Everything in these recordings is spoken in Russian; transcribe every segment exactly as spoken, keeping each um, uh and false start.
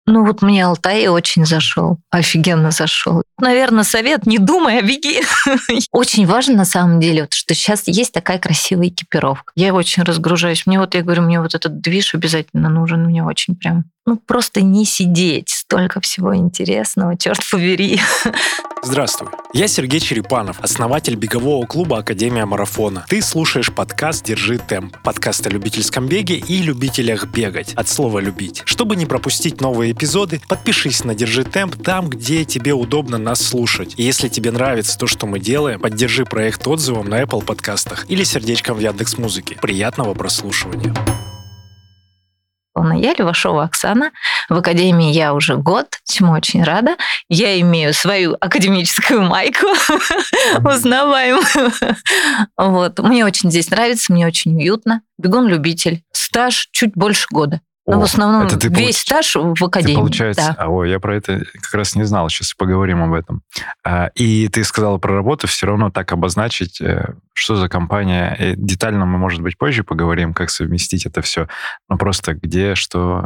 Ну вот мне Алтай очень зашел, офигенно зашел. Наверное, совет: не думай, а беги. Очень важно на самом деле, вот, что сейчас есть такая красивая экипировка. Я очень разгружаюсь. Мне вот, я говорю, мне вот этот движ обязательно нужен. Мне очень прям, ну просто не сидеть. Столько всего интересного, черт побери. Здравствуй, я Сергей Черепанов, основатель бегового клуба «Академия марафона». Ты слушаешь подкаст «Держи темп», подкаст о любительском беге и любителях бегать, от слова «любить». Чтобы не пропустить новые эпизоды, подпишись на «Держи темп» там, где тебе удобно нас слушать. И если тебе нравится то, что мы делаем, поддержи проект отзывом на Apple подкастах или сердечком в Яндекс.Музыке. Приятного прослушивания. Я Левашова Оксана. В Академии я уже год, чему очень рада. Я имею свою академическую майку, узнаваемую. Вот. Мне очень здесь нравится, мне очень уютно. Бегун-любитель. Стаж чуть больше года. Но О, в основном весь получ... стаж в Академии. Ты, получается, да. а, о, я про это как раз не знал. Сейчас поговорим об этом. А, и ты сказала про работу, все равно так обозначить, что за компания. И детально мы, может быть, позже поговорим, как совместить это все. Но просто где, что...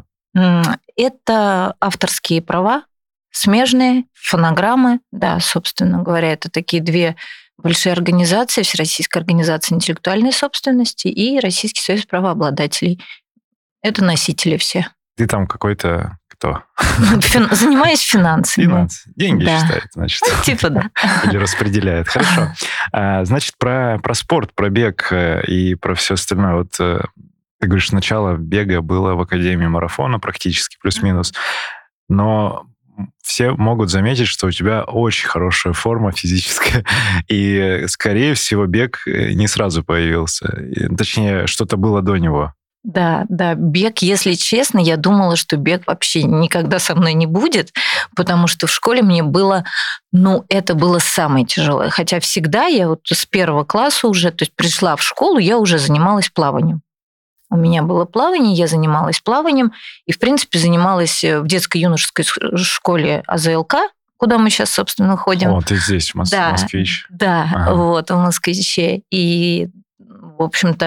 Это авторские права, смежные, фонограммы. Да, собственно говоря, это такие две большие организации. Всероссийская организация интеллектуальной собственности и Российский союз правообладателей. Это носители все. Ты там какой-то кто? Фин... Занимаюсь финансами. Финансы. Деньги да. считает, значит. Ну, типа да. Или распределяет. Хорошо. А, значит, про, про спорт, про бег и про все остальное. Вот ты говоришь, начало бега было в Академии марафона практически, плюс-минус. Но все могут заметить, что у тебя очень хорошая форма физическая. И, скорее всего, бег не сразу появился. Точнее, что-то было до него. Да, да, бег, если честно, я думала, что бег вообще никогда со мной не будет, потому что в школе мне было, ну, это было самое тяжелое. Хотя всегда я вот с первого класса уже, то есть пришла в школу, я уже занималась плаванием. У меня было плавание, я занималась плаванием, и, в принципе, занималась в детско-юношеской школе А З Л К, куда мы сейчас, собственно, ходим. О, ты здесь, в Мос- да, Москвич. Да, ага. Вот, в Москвиче. И, в общем-то,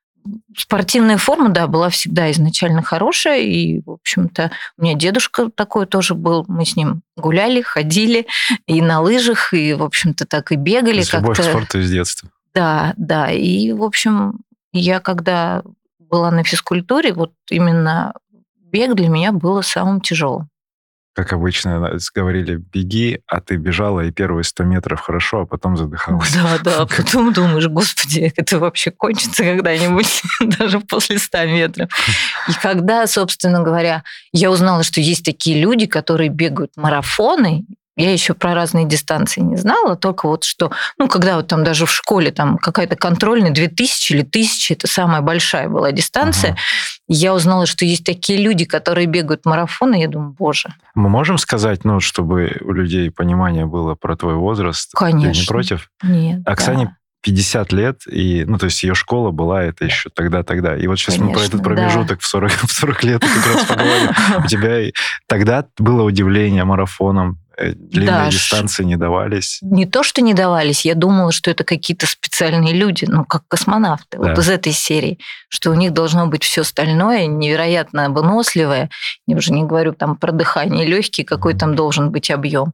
спортивная форма, да, была всегда изначально хорошая, и, в общем-то, у меня дедушка такой тоже был, мы с ним гуляли, ходили и на лыжах, и, в общем-то, так и бегали. То есть любовь к спорту из детства. Да, да, и, в общем, я когда была на физкультуре, вот именно бег для меня было самым тяжелым. Как обычно говорили, беги, а ты бежала, и первые сто метров хорошо, а потом задыхалась. Да, да, потом думаешь, господи, это вообще кончится когда-нибудь, даже после ста метров. И когда, собственно говоря, я узнала, что есть такие люди, которые бегают марафоны, я еще про разные дистанции не знала, только вот что, ну, когда вот там даже в школе там какая-то контрольная, две тысячи или тысяча, это самая большая была дистанция, ага. Я узнала, что есть такие люди, которые бегают марафоны, я думаю, боже. Мы можем сказать, ну, чтобы у людей понимание было про твой возраст? Конечно. Ты не против? Нет. Оксане да. пятьдесят лет, и, ну, то есть ее школа была, это еще тогда-тогда. И вот сейчас Конечно, мы про этот промежуток да. в, сорок, в сорок лет как раз поговорим. У тебя тогда было удивление марафоном, длинные да, дистанции не давались? Не то, что не давались, я думала, что это какие-то специальные люди, ну, как космонавты, да. вот из этой серии, что у них должно быть все остальное невероятно выносливое. Я уже не говорю там про дыхание легкие, какой там должен быть объем.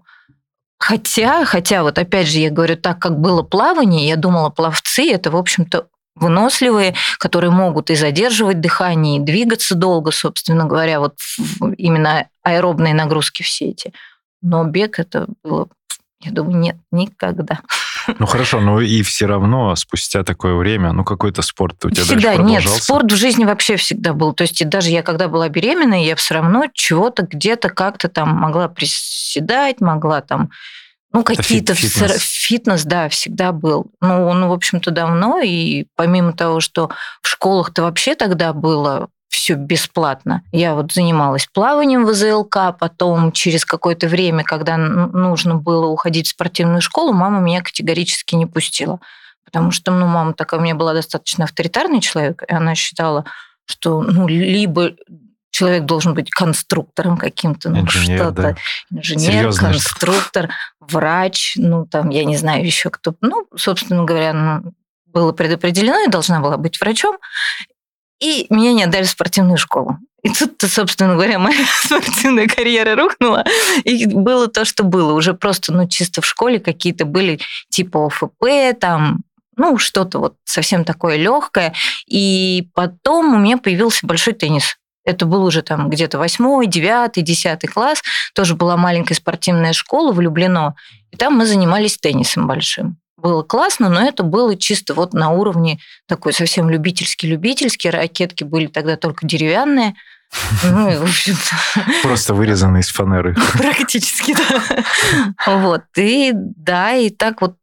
Хотя, хотя, вот опять же, я говорю, так как было плавание, я думала, пловцы это, в общем-то, выносливые, которые могут и задерживать дыхание, и двигаться долго, собственно говоря, вот именно аэробные нагрузки все эти. Но бег это было, я думаю, нет, никогда. Ну хорошо, но и все равно спустя такое время, ну какой-то спорт у тебя всегда, дальше продолжался? Нет, спорт в жизни вообще всегда был. То есть и даже я когда была беременна, я все равно чего-то где-то как-то там могла приседать, могла там, ну какие-то фит, фитнес. фитнес, да, всегда был. Ну, он, в общем-то, давно, и помимо того, что в школах-то вообще тогда было все бесплатно. Я вот занималась плаванием в А З Л К, потом через какое-то время, когда нужно было уходить в спортивную школу, мама меня категорически не пустила. Потому что, ну, мама такая у меня была достаточно авторитарный человек, и она считала, что, ну, либо человек должен быть конструктором каким-то, ну, инженер, что-то. Да. Инженер, Серьезная конструктор, штука. Врач, ну, там, я не знаю еще кто. Ну, собственно говоря, ну, было предопределено, я должна была быть врачом. И меня не отдали в спортивную школу. И тут, собственно говоря, моя спортивная карьера рухнула. И было то, что было. Уже просто, ну, чисто в школе какие-то были типа ОФП, там, ну, что-то вот совсем такое легкое. И потом у меня появился большой теннис. Это был уже там где-то восьмой, девятый, десятый класс. Тоже была маленькая спортивная школа в Люблино. И там мы занимались теннисом большим. Было классно, но это было чисто вот на уровне такой совсем любительский-любительский. Ракетки были тогда только деревянные. Ну, и, в общем-то... Просто вырезанные из фанеры. Практически, да. Вот. И да, и так вот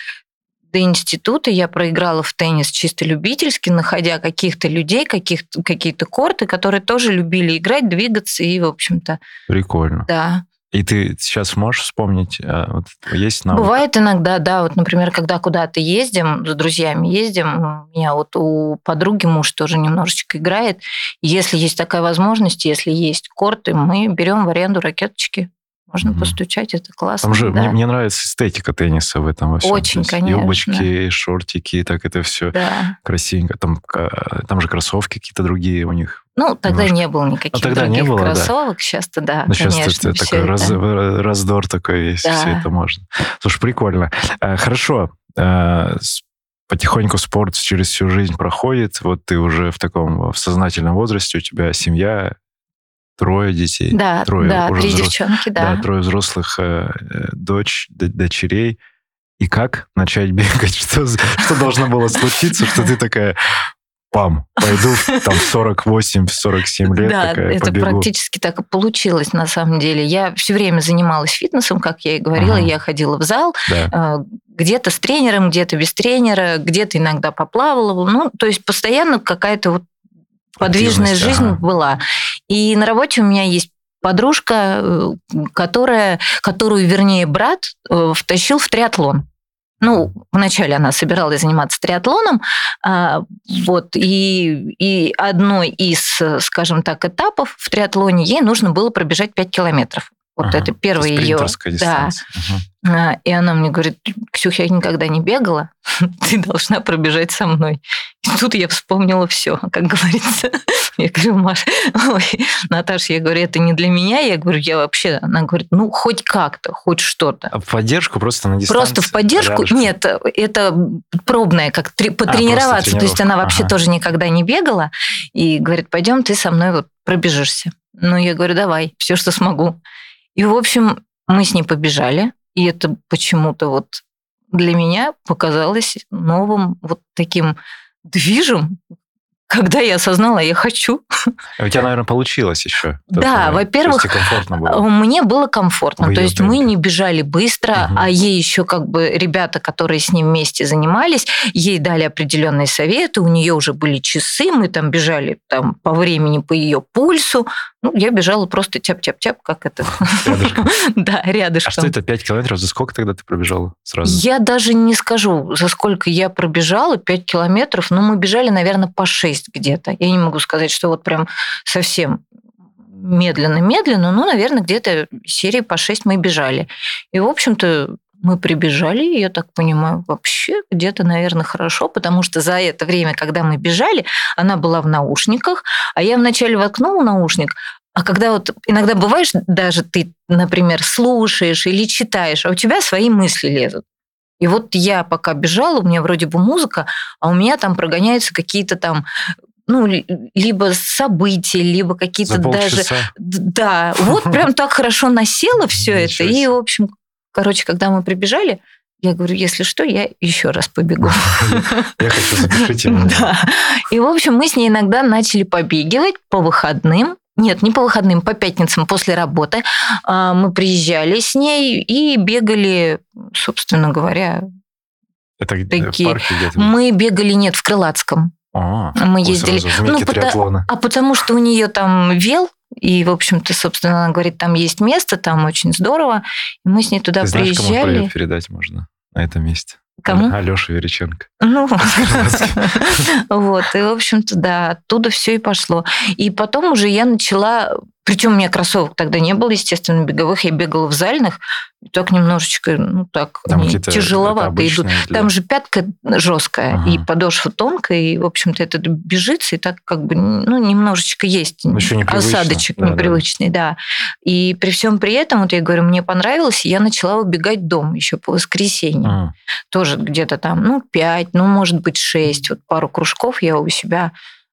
до института я проиграла в теннис чисто любительски, находя каких-то людей, каких-то, какие-то корты, которые тоже любили играть, двигаться и, в общем-то... Прикольно. Да. И ты сейчас можешь вспомнить, вот есть навык? Бывает иногда, да. Вот, например, когда куда-то ездим, с друзьями ездим, у меня вот у подруги муж тоже немножечко играет. Если есть такая возможность, если есть корты, мы берем в аренду ракеточки. Можно mm-hmm. постучать, это классно. Там же да. мне, мне нравится эстетика тенниса в этом во всем. Очень, конечно. Юбочки, шортики, так это все да. красивенько. Там, там же кроссовки какие-то другие у них. Ну, тогда немножко. Не было никаких ну, тогда других не было, кроссовок. Да. Сейчас-то, да, но конечно. Сейчас это такой это... раз, раздор такой есть, да. все это можно. Слушай, прикольно. Хорошо. Потихоньку спорт через всю жизнь проходит. Вот ты уже в таком в сознательном возрасте, у тебя семья... Трое детей. Да, трое, да уже три взрос... девчонки, да. Да, трое взрослых э, дочь, дочерей. И как начать бегать? Что, что должно было случиться, что ты такая, пам, пойду там в сорок восемь сорок семь лет да, такая это побегу. Практически так и получилось на самом деле. Я все время занималась фитнесом, как я и говорила. Ага. Я ходила в зал, да. где-то с тренером, где-то без тренера, где-то иногда поплавала. Ну, то есть постоянно какая-то вот подвижная жизнь ага. была. И на работе у меня есть подружка, которая, которую, вернее, брат втащил в триатлон. Ну, вначале она собиралась заниматься триатлоном, вот, и, и одной из, скажем так, этапов в триатлоне ей нужно было пробежать пять километров. Вот ага, это первый ее... Да. Угу. И она мне говорит, Ксюх, я никогда не бегала, ты должна пробежать со мной. И тут я вспомнила все, как говорится. Я говорю, Маша, ой, Наташа, я говорю, это не для меня. Я говорю, я вообще... Она говорит, ну, хоть как-то, хоть что-то. А в поддержку просто на дистанции? Просто в поддержку? Рядышком. Нет, это пробное, как три... потренироваться. А, то есть она вообще ага. тоже никогда не бегала. И говорит, пойдем, ты со мной вот пробежишься. Ну, я говорю, давай, все, что смогу. И, в общем, мы с ней побежали, и это почему-то вот для меня показалось новым вот таким движем, когда я осознала, я хочу. А у тебя, наверное, получилось еще. Да, во-первых, было. Мне было комфортно. Вы То есть только. Мы не бежали быстро, угу. а ей еще как бы ребята, которые с ним вместе занимались, ей дали определенные советы, у нее уже были часы, мы там бежали там, по времени, по ее пульсу. Ну, я бежала просто тяп-тяп-тяп, как это. Рядышком. Да, рядышком. А что это, пять километров? За сколько тогда ты пробежала сразу? Я даже не скажу, за сколько я пробежала, пять километров. Ну, мы бежали, наверное, по шесть где-то. Я не могу сказать, что вот прям совсем медленно-медленно, ну, наверное, где-то серии по шесть мы бежали. И, в общем-то, мы прибежали, я так понимаю, вообще где-то, наверное, хорошо, потому что за это время, когда мы бежали, она была в наушниках, а я вначале воткнула наушник, а когда вот иногда бываешь, даже ты, например, слушаешь или читаешь, а у тебя свои мысли лезут. И вот я пока бежала, у меня вроде бы музыка, а у меня там прогоняются какие-то там, ну, либо события, либо какие-то даже... Да, вот прям так хорошо насело все это. И, в общем, короче, когда мы прибежали, я говорю, если что, я еще раз побегу. Я хочу, запишите меня. Да. И, в общем, мы с ней иногда начали побегивать по выходным. Нет, не по выходным, по пятницам после работы. Мы приезжали с ней и бегали, собственно говоря, это такие... в парке где-то? Мы бегали, нет, в Крылатском. А, мы ездили. Ну, потому, а потому что у нее там вел, и, в общем-то, собственно, она говорит, там есть место, там очень здорово. И мы с ней туда Ты знаешь, приезжали. Кому привет передать можно на этом месте? Кому? Алёша Вериченко. Ну, вот. И, в общем-то, да, оттуда все и пошло. И потом уже я начала Причем у меня кроссовок тогда не было, естественно, беговых. Я бегала в зальных, и так немножечко, ну так, Там они тяжеловато идут. Для... Там же пятка жесткая, ага. и подошва тонкая, и, в общем-то, это бежится, и так как бы, ну, немножечко есть осадочек да, непривычный, да. да. И при всем при этом, вот я говорю, мне понравилось, и я начала убегать дома еще по воскресеньям. Ага. Тоже где-то там, ну, пять, ну, может быть, шесть. Вот пару кружков я у себя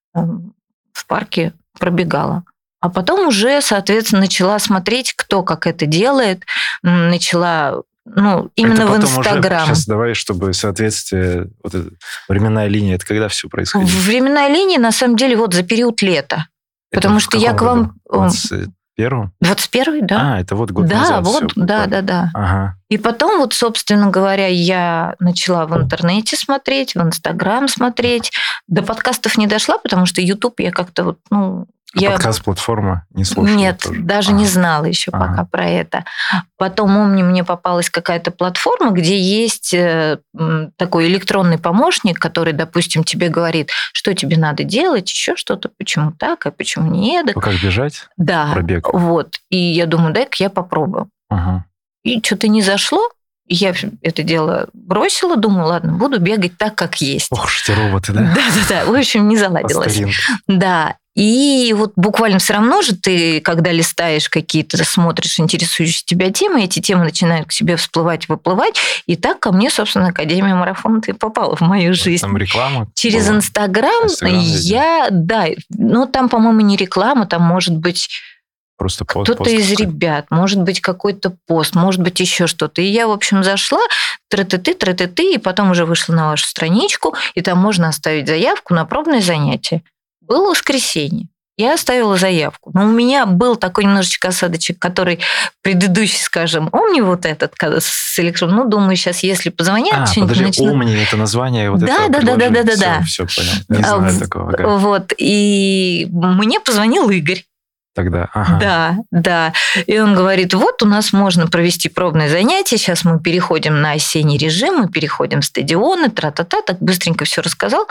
в парке пробегала. А потом уже, соответственно, начала смотреть, кто как это делает, начала, ну, именно это в Инстаграм. Сейчас давай, чтобы соответствие, вот эта временная линия, это когда все происходило? Временная линия, на самом деле, вот за период лета. Это потому что я к вам... двадцать первый? двадцать первый, да. А, это вот год да, назад. Вот, все, да, да, да. Ага. И потом, вот, собственно говоря, я начала в интернете смотреть, в Инстаграм смотреть. До подкастов не дошла, потому что YouTube я как-то вот, ну... А я... подкаст-платформа не слушала? Нет, тоже. даже ага. не знала еще ага. пока про это. Потом, умни, мне попалась какая-то платформа, где есть такой электронный помощник, который, допустим, тебе говорит, что тебе надо делать, еще что-то, почему так, а почему не эдак. Ну, как бежать? Да. Пробег. Вот. И я думаю, дай-ка я попробую. Ага. И что-то не зашло. Я это дело бросила, думаю, ладно, буду бегать так, как есть. Ох уж эти роботы, да? Да-да-да, в общем, не заладилось. Да. И вот буквально все равно же ты, когда листаешь какие-то, смотришь интересующие тебя темы, эти темы начинают к себе всплывать, выплывать. И так ко мне, собственно, Академия марафона-то и попала в мою жизнь. Там реклама? Через Инстаграм я, да, ну там, по-моему, не реклама, там может быть... Просто пост, кто-то пост, из пост. ребят, может быть, какой-то пост, может быть, еще что-то. И я, в общем, зашла, тры-ты-ты, тры-ты-ты, и потом уже вышла на вашу страничку, и там можно оставить заявку на пробное занятие. Было воскресенье. Я оставила заявку. Но у меня был такой немножечко осадочек, который предыдущий, скажем, Омни вот этот с электроном. Ну, думаю, сейчас, если позвонят... А, подожди, начну... Омни, это название вот да, этого да, да, да, да, да, да. Все, все понял. Не знаю а, такого. Ага. Вот. И мне позвонил Игорь. Тогда, ага. Да, да. И он говорит, вот у нас можно провести пробное занятие, сейчас мы переходим на осенний режим, мы переходим в стадионы, тра-та-та, так быстренько все рассказал.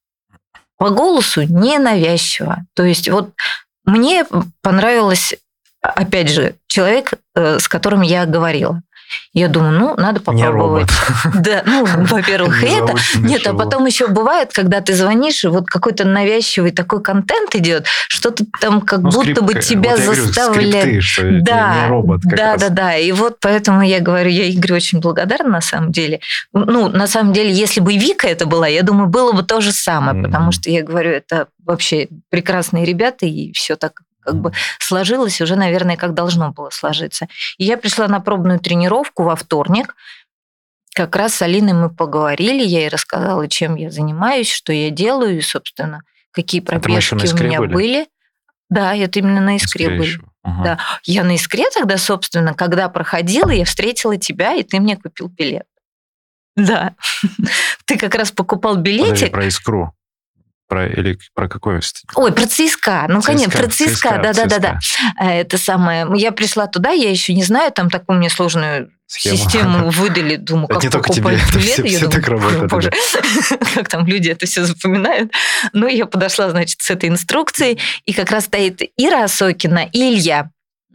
По голосу ненавязчиво. То есть вот мне понравилось, опять же, человек, с которым я говорила. Я думаю, ну, надо попробовать. Да, ну, во-первых, это. Нет, а потом еще бывает, когда ты звонишь, и вот какой-то навязчивый такой контент идет, что-то там как ну, будто бы тебя вот заставляет. Скрипты, да, не робот как да, раз. да, да. И вот поэтому я говорю, я Игорю очень благодарна на самом деле. Ну, на самом деле, если бы Вика это была, я думаю, было бы то же самое, mm-hmm. потому что я говорю, это вообще прекрасные ребята, и все так как бы сложилось уже, наверное, как должно было сложиться. И я пришла на пробную тренировку во вторник. Как раз с Алиной мы поговорили, я ей рассказала, чем я занимаюсь, что я делаю, и, собственно, какие пробежки у меня были. были. Да, это именно на Искре, Искре были. Ага. Да. Я на Искре тогда, собственно, когда проходила, я встретила тебя, и ты мне купил билет. Да. Ты как раз покупал билетик. Подожди, про Искру. Про, или про какой? Ой, про ЦСКА. Ну, ЦСКА, конечно, про ЦСКА, да-да-да. Это самое. Я пришла туда, я еще не знаю, там такую мне сложную Схема. систему выдали. Думаю, как не покупать билеты. Все, я все думаю, так работает, боже, да. Как там люди это все запоминают. Ну, я подошла, значит, с этой инструкцией, и как раз стоит Ира Осокина и Илья.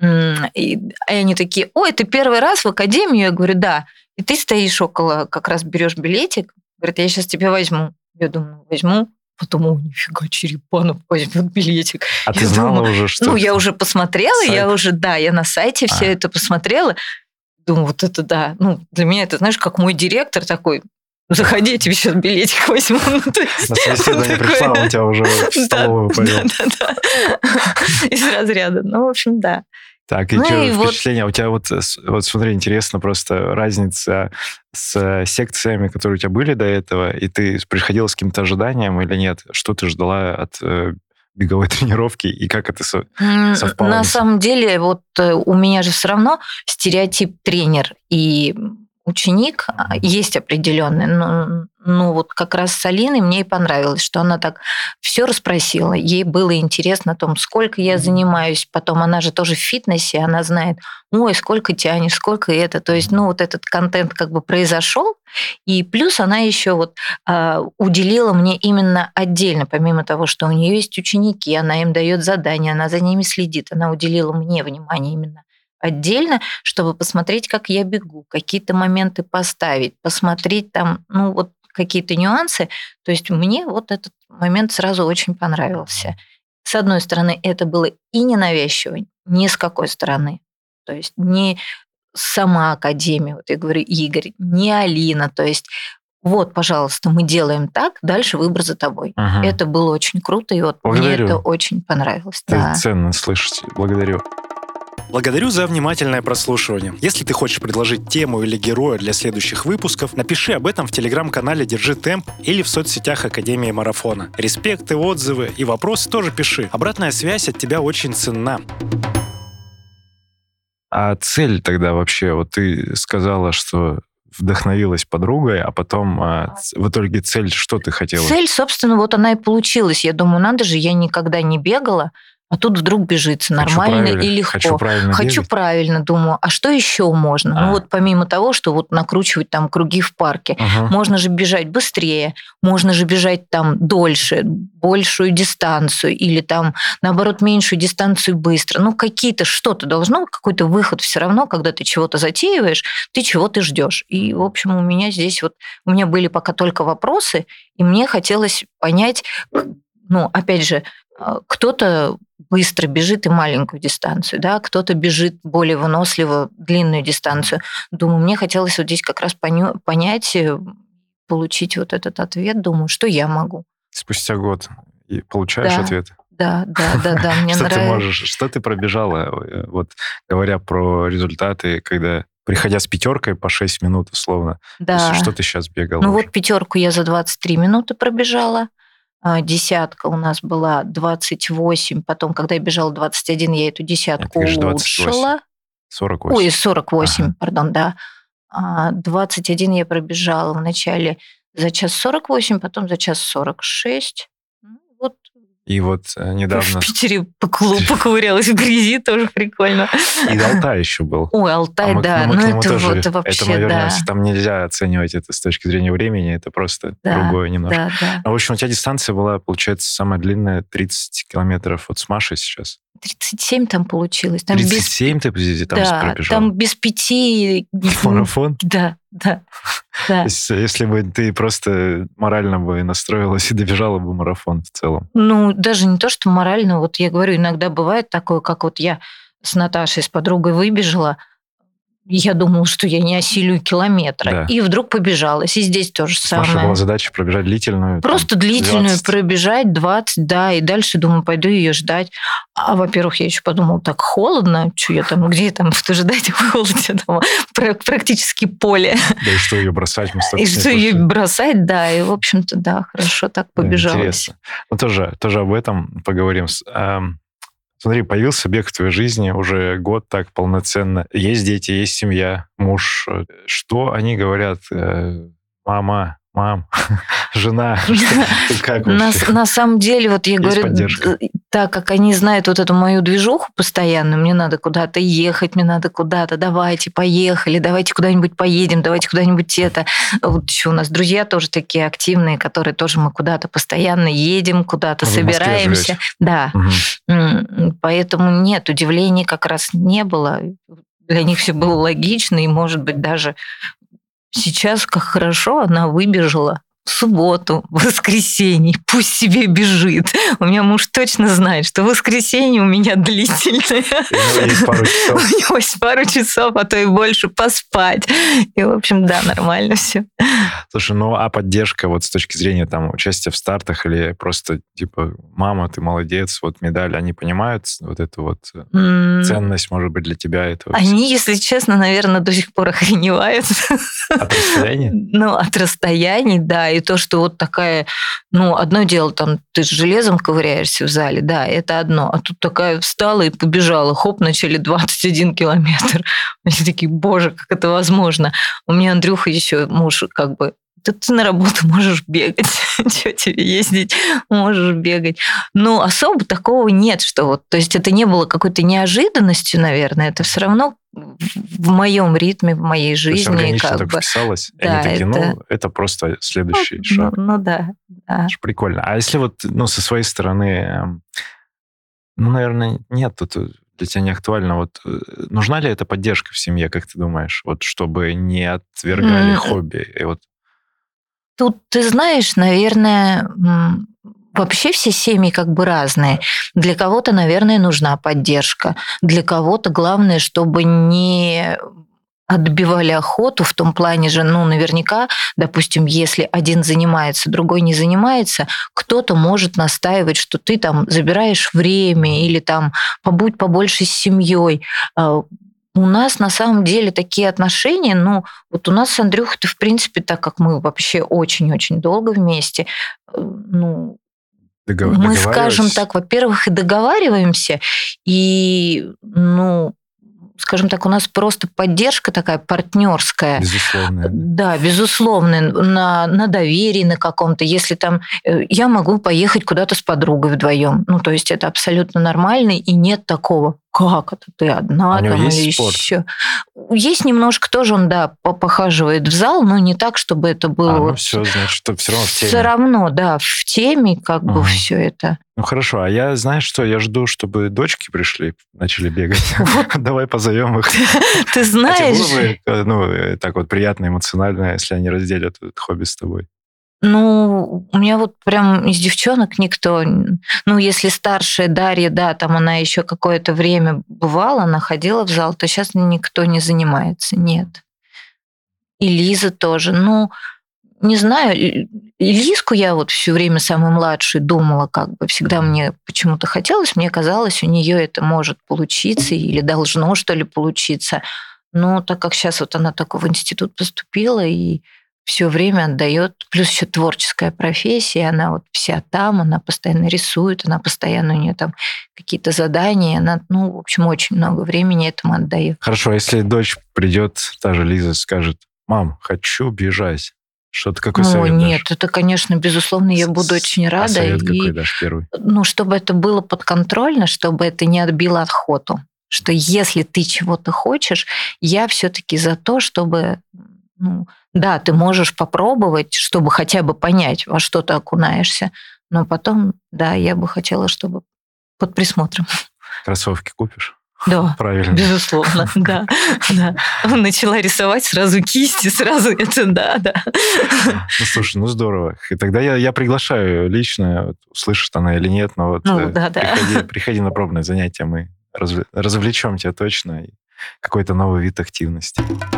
И они такие, ой, ты первый раз в академию? Я говорю, да. И ты стоишь около, как раз берешь билетик. Говорит, я сейчас тебе возьму. Я думаю, возьму. Потом, о, нифига, Черепанов возьмет билетик. А я ты знала думаю, уже, что... Ну, я уже посмотрела, сайт? я уже, да, я на сайте все а. это посмотрела. Думаю, вот это да. Ну, для меня это, знаешь, как мой директор такой, заходи, я тебе сейчас билетик возьму. Ну, то есть, на собеседование пришла, он тебя уже в столовую повел. Да, да, да. Из разряда. Ну, в общем, да. Так, и ну, что и впечатление? Вот... У тебя вот, вот, смотри, интересно просто разница с секциями, которые у тебя были до этого, и ты приходила с каким-то ожиданием или нет? Что ты ждала от э, беговой тренировки, и как это совпало? На самом деле, вот у меня же все равно стереотип тренер, и ученик, есть определенный, но, но вот как раз с Алиной мне и понравилось, что она так все расспросила. Ей было интересно о том, сколько я занимаюсь. Потом она же тоже в фитнесе, она знает, ой, сколько тянешь, сколько это. То есть, ну, вот этот контент как бы произошел. И плюс она еще вот э, уделила мне именно отдельно, помимо того, что у нее есть ученики, она им дает задания, она за ними следит, она уделила мне внимание именно отдельно, чтобы посмотреть, как я бегу, какие-то моменты поставить, посмотреть там, ну, вот какие-то нюансы. То есть мне вот этот момент сразу очень понравился. С одной стороны, это было и ненавязчиво, ни с какой стороны. То есть не сама Академия, вот я говорю, Игорь, не Алина. То есть вот, пожалуйста, мы делаем так, дальше выбор за тобой. Ага. Это было очень круто, и вот благодарю. Мне это очень понравилось. Это да. ценно слышать. Благодарю. Благодарю за внимательное прослушивание. Если ты хочешь предложить тему или героя для следующих выпусков, напиши об этом в телеграм-канале «Держи темп» или в соцсетях Академии Марафона. Респекты, отзывы и вопросы тоже пиши. Обратная связь от тебя очень ценна. А цель тогда вообще? Вот ты сказала, что вдохновилась подругой, а потом а, в итоге цель, что ты хотела? Цель, собственно, вот она и получилась. Я думаю, надо же, я никогда не бегала, а тут вдруг бежится нормально и легко. Хочу правильно Хочу бегать. правильно, думаю, а что еще можно? А. Ну вот помимо того, что вот накручивать там круги в парке, ага. можно же бежать быстрее, можно же бежать там дольше, большую дистанцию или там, наоборот, меньшую дистанцию быстро. Ну какие-то, что-то должно, какой-то выход все равно, когда ты чего-то затеиваешь, ты чего-то ждешь. И, в общем, у меня здесь вот, у меня были пока только вопросы, и мне хотелось понять, ну, опять же, кто-то быстро бежит и маленькую дистанцию, да, кто-то бежит более выносливо длинную дистанцию. Думаю, мне хотелось вот здесь как раз поню- понять, получить вот этот ответ. Думаю, что я могу. Спустя год и получаешь да, ответ. Да, да, да, да. Мне что нравится. Ты можешь, что ты пробежала, вот говоря про результаты, когда приходя с пятеркой по шесть минут условно. Да. Что ты сейчас бегала? Ну уже? Вот пятерку я за двадцать три минуты пробежала. Десятка у нас была двадцать восемь, потом, когда я бежала двадцать один, я эту десятку улучшила. сорок восемь. Ой, сорок восемь, ага. пардон, да. двадцать один я пробежала вначале за час сорок восемь, потом за час сорок шесть. Вот. И вот недавно... В Питере поковырялась в грязи, тоже прикольно. И Алтай еще был. Ой, Алтай, а мы, да. Ну, ну это тоже, вот вообще, это, наверное, да. там нельзя оценивать это с точки зрения времени, это просто да, другое немножко. Да, да. А, в общем, у тебя дистанция была, получается, самая длинная, тридцать километров от Смаши сейчас. тридцать семь там получилось. Там тридцать семь без... ты там да, пробежала? там без пяти... Марафон? Да, да. Да. То есть, если бы ты просто морально бы настроилась и добежала бы марафон в целом. Ну, даже не то, что морально. Вот я говорю, иногда бывает такое, как вот я с Наташей, с подругой выбежала, я думала, что я не осилю километра. Да. И вдруг побежалась. И здесь то же самое. Маша была задача пробежать длительную. Просто там, длительную двадцать. Пробежать двадцать, да. И дальше, думаю, пойду ее ждать. А, во-первых, я еще подумала, так холодно. Что я там, где я там что ждать в холоде? Там, практически поле. Да и что ее бросать? Мы и что ее бросать, да. И, в общем-то, да, хорошо так побежалась. Да, интересно. Ну, тоже, тоже об этом поговорим. Смотри, появился бег в твоей жизни уже год так полноценно. Есть дети, есть семья, муж. Что они говорят? Мама, мам, жена, как на, на самом деле, вот я говорю, поддержка? Так как они знают вот эту мою движуху постоянно, мне надо куда-то ехать, мне надо куда-то, давайте, поехали, давайте куда-нибудь поедем, давайте куда-нибудь это. Вот еще у нас друзья тоже такие активные, которые тоже мы куда-то постоянно едем, куда-то Вы собираемся. Да. Угу. Поэтому нет, удивлений как раз не было. Для них все было логично, и, может быть, даже сейчас, как хорошо, она выбежала в субботу, в воскресенье, пусть себе бежит. У меня муж точно знает, что воскресенье у меня длительное. У него есть пару часов. У него есть пару часов, а то и больше поспать. И, в общем, да, нормально все. Слушай, ну а поддержка вот с точки зрения там участия в стартах или просто типа мама, ты молодец, вот медаль, они понимают вот эту вот mm. ценность, может быть, для тебя этого? Они, если честно, наверное, до сих пор охреневают. От расстояния? Ну, от расстояний, да. и то, что вот такая, ну, одно дело, там, ты с железом ковыряешься в зале, да, это одно, а тут такая встала и побежала, хоп, начали двадцать один километр. Они такие, боже, как это возможно? У меня Андрюха еще, муж, как бы, ты, ты на работу можешь бегать, что тебе ездить, можешь бегать. Ну, особо такого нет, что вот, то есть это не было какой-то неожиданностью, наверное, это все равно в моем ритме, в моей жизни. То есть органично как так бы вписалось, да, и они такие, это... ну, это просто следующий ну, шаг. Ну, ну да, да. Прикольно. А если вот, ну, со своей стороны, ну, наверное, нет, тут для тебя не актуально. Вот нужна ли эта поддержка в семье, как ты думаешь, вот чтобы не отвергали mm. хобби? И вот... Тут, ты знаешь, наверное, вообще все семьи как бы разные. Для кого-то, наверное, нужна поддержка. Для кого-то главное, чтобы не отбивали охоту в том плане же, ну, наверняка, допустим, если один занимается, другой не занимается, кто-то может настаивать, что ты там забираешь время или там побудь побольше с семьей. У нас на самом деле такие отношения, ну, вот у нас с Андрюхой-то, в принципе, так как мы вообще очень-очень долго вместе, ну, Догов... мы, скажем так, во-первых, и договариваемся, и, ну, скажем так, у нас просто поддержка такая партнерская. Безусловно. Да, безусловно, на, на доверии на каком-то. Если там я могу поехать куда-то с подругой вдвоем, ну, то есть это абсолютно нормально, и нет такого. Как это ты одна? А там, есть или спорт? Еще? Есть немножко тоже, он, да, похаживает в зал, но не так, чтобы это было... А, вот... ну все, значит, все равно в теме. Все равно, да, в теме как угу. бы все это. Ну хорошо, а я, знаешь что, я жду, чтобы дочки пришли, начали бегать. Давай позовем их. Ты знаешь... Было бы, ну, так вот приятно, эмоционально, если они разделят это хобби с тобой. Ну, у меня вот прям из девчонок никто... Ну, если старшая Дарья, да, там она еще какое-то время бывала, она ходила в зал, то сейчас никто не занимается, нет. И Лиза тоже. Ну, не знаю, Лизку я вот все время самую младшую думала, как бы всегда мне почему-то хотелось, мне казалось, у нее это может получиться или должно, что ли, получиться. Но так как сейчас вот она только в институт поступила и все время отдает, плюс еще творческая профессия, она вот вся там, она постоянно рисует, она постоянно, у нее там какие-то задания, она, ну, в общем, очень много времени этому отдает. Хорошо, если дочь придет, та же Лиза, скажет, мам, хочу бежать, что-то какой ну, совет нет, дашь? это, конечно, безусловно, я буду очень рада. А совет и, какой дашь первый? Ну, чтобы это было подконтрольно, чтобы это не отбило охоту, что если ты чего-то хочешь, я все-таки за то, чтобы... Ну, да, ты можешь попробовать, чтобы хотя бы понять, во что ты окунаешься, но потом, да, я бы хотела, чтобы под присмотром. Кроссовки купишь? Да, правильно. Безусловно, да, да. Начала рисовать сразу кисти, сразу это, да, да. Ну, слушай, ну здорово. И тогда я, я приглашаю лично, вот, услышит она или нет, но вот ну, да, приходи, да. приходи на пробное занятие, мы развлечем, развлечем тебя точно, и какой-то новый вид активности.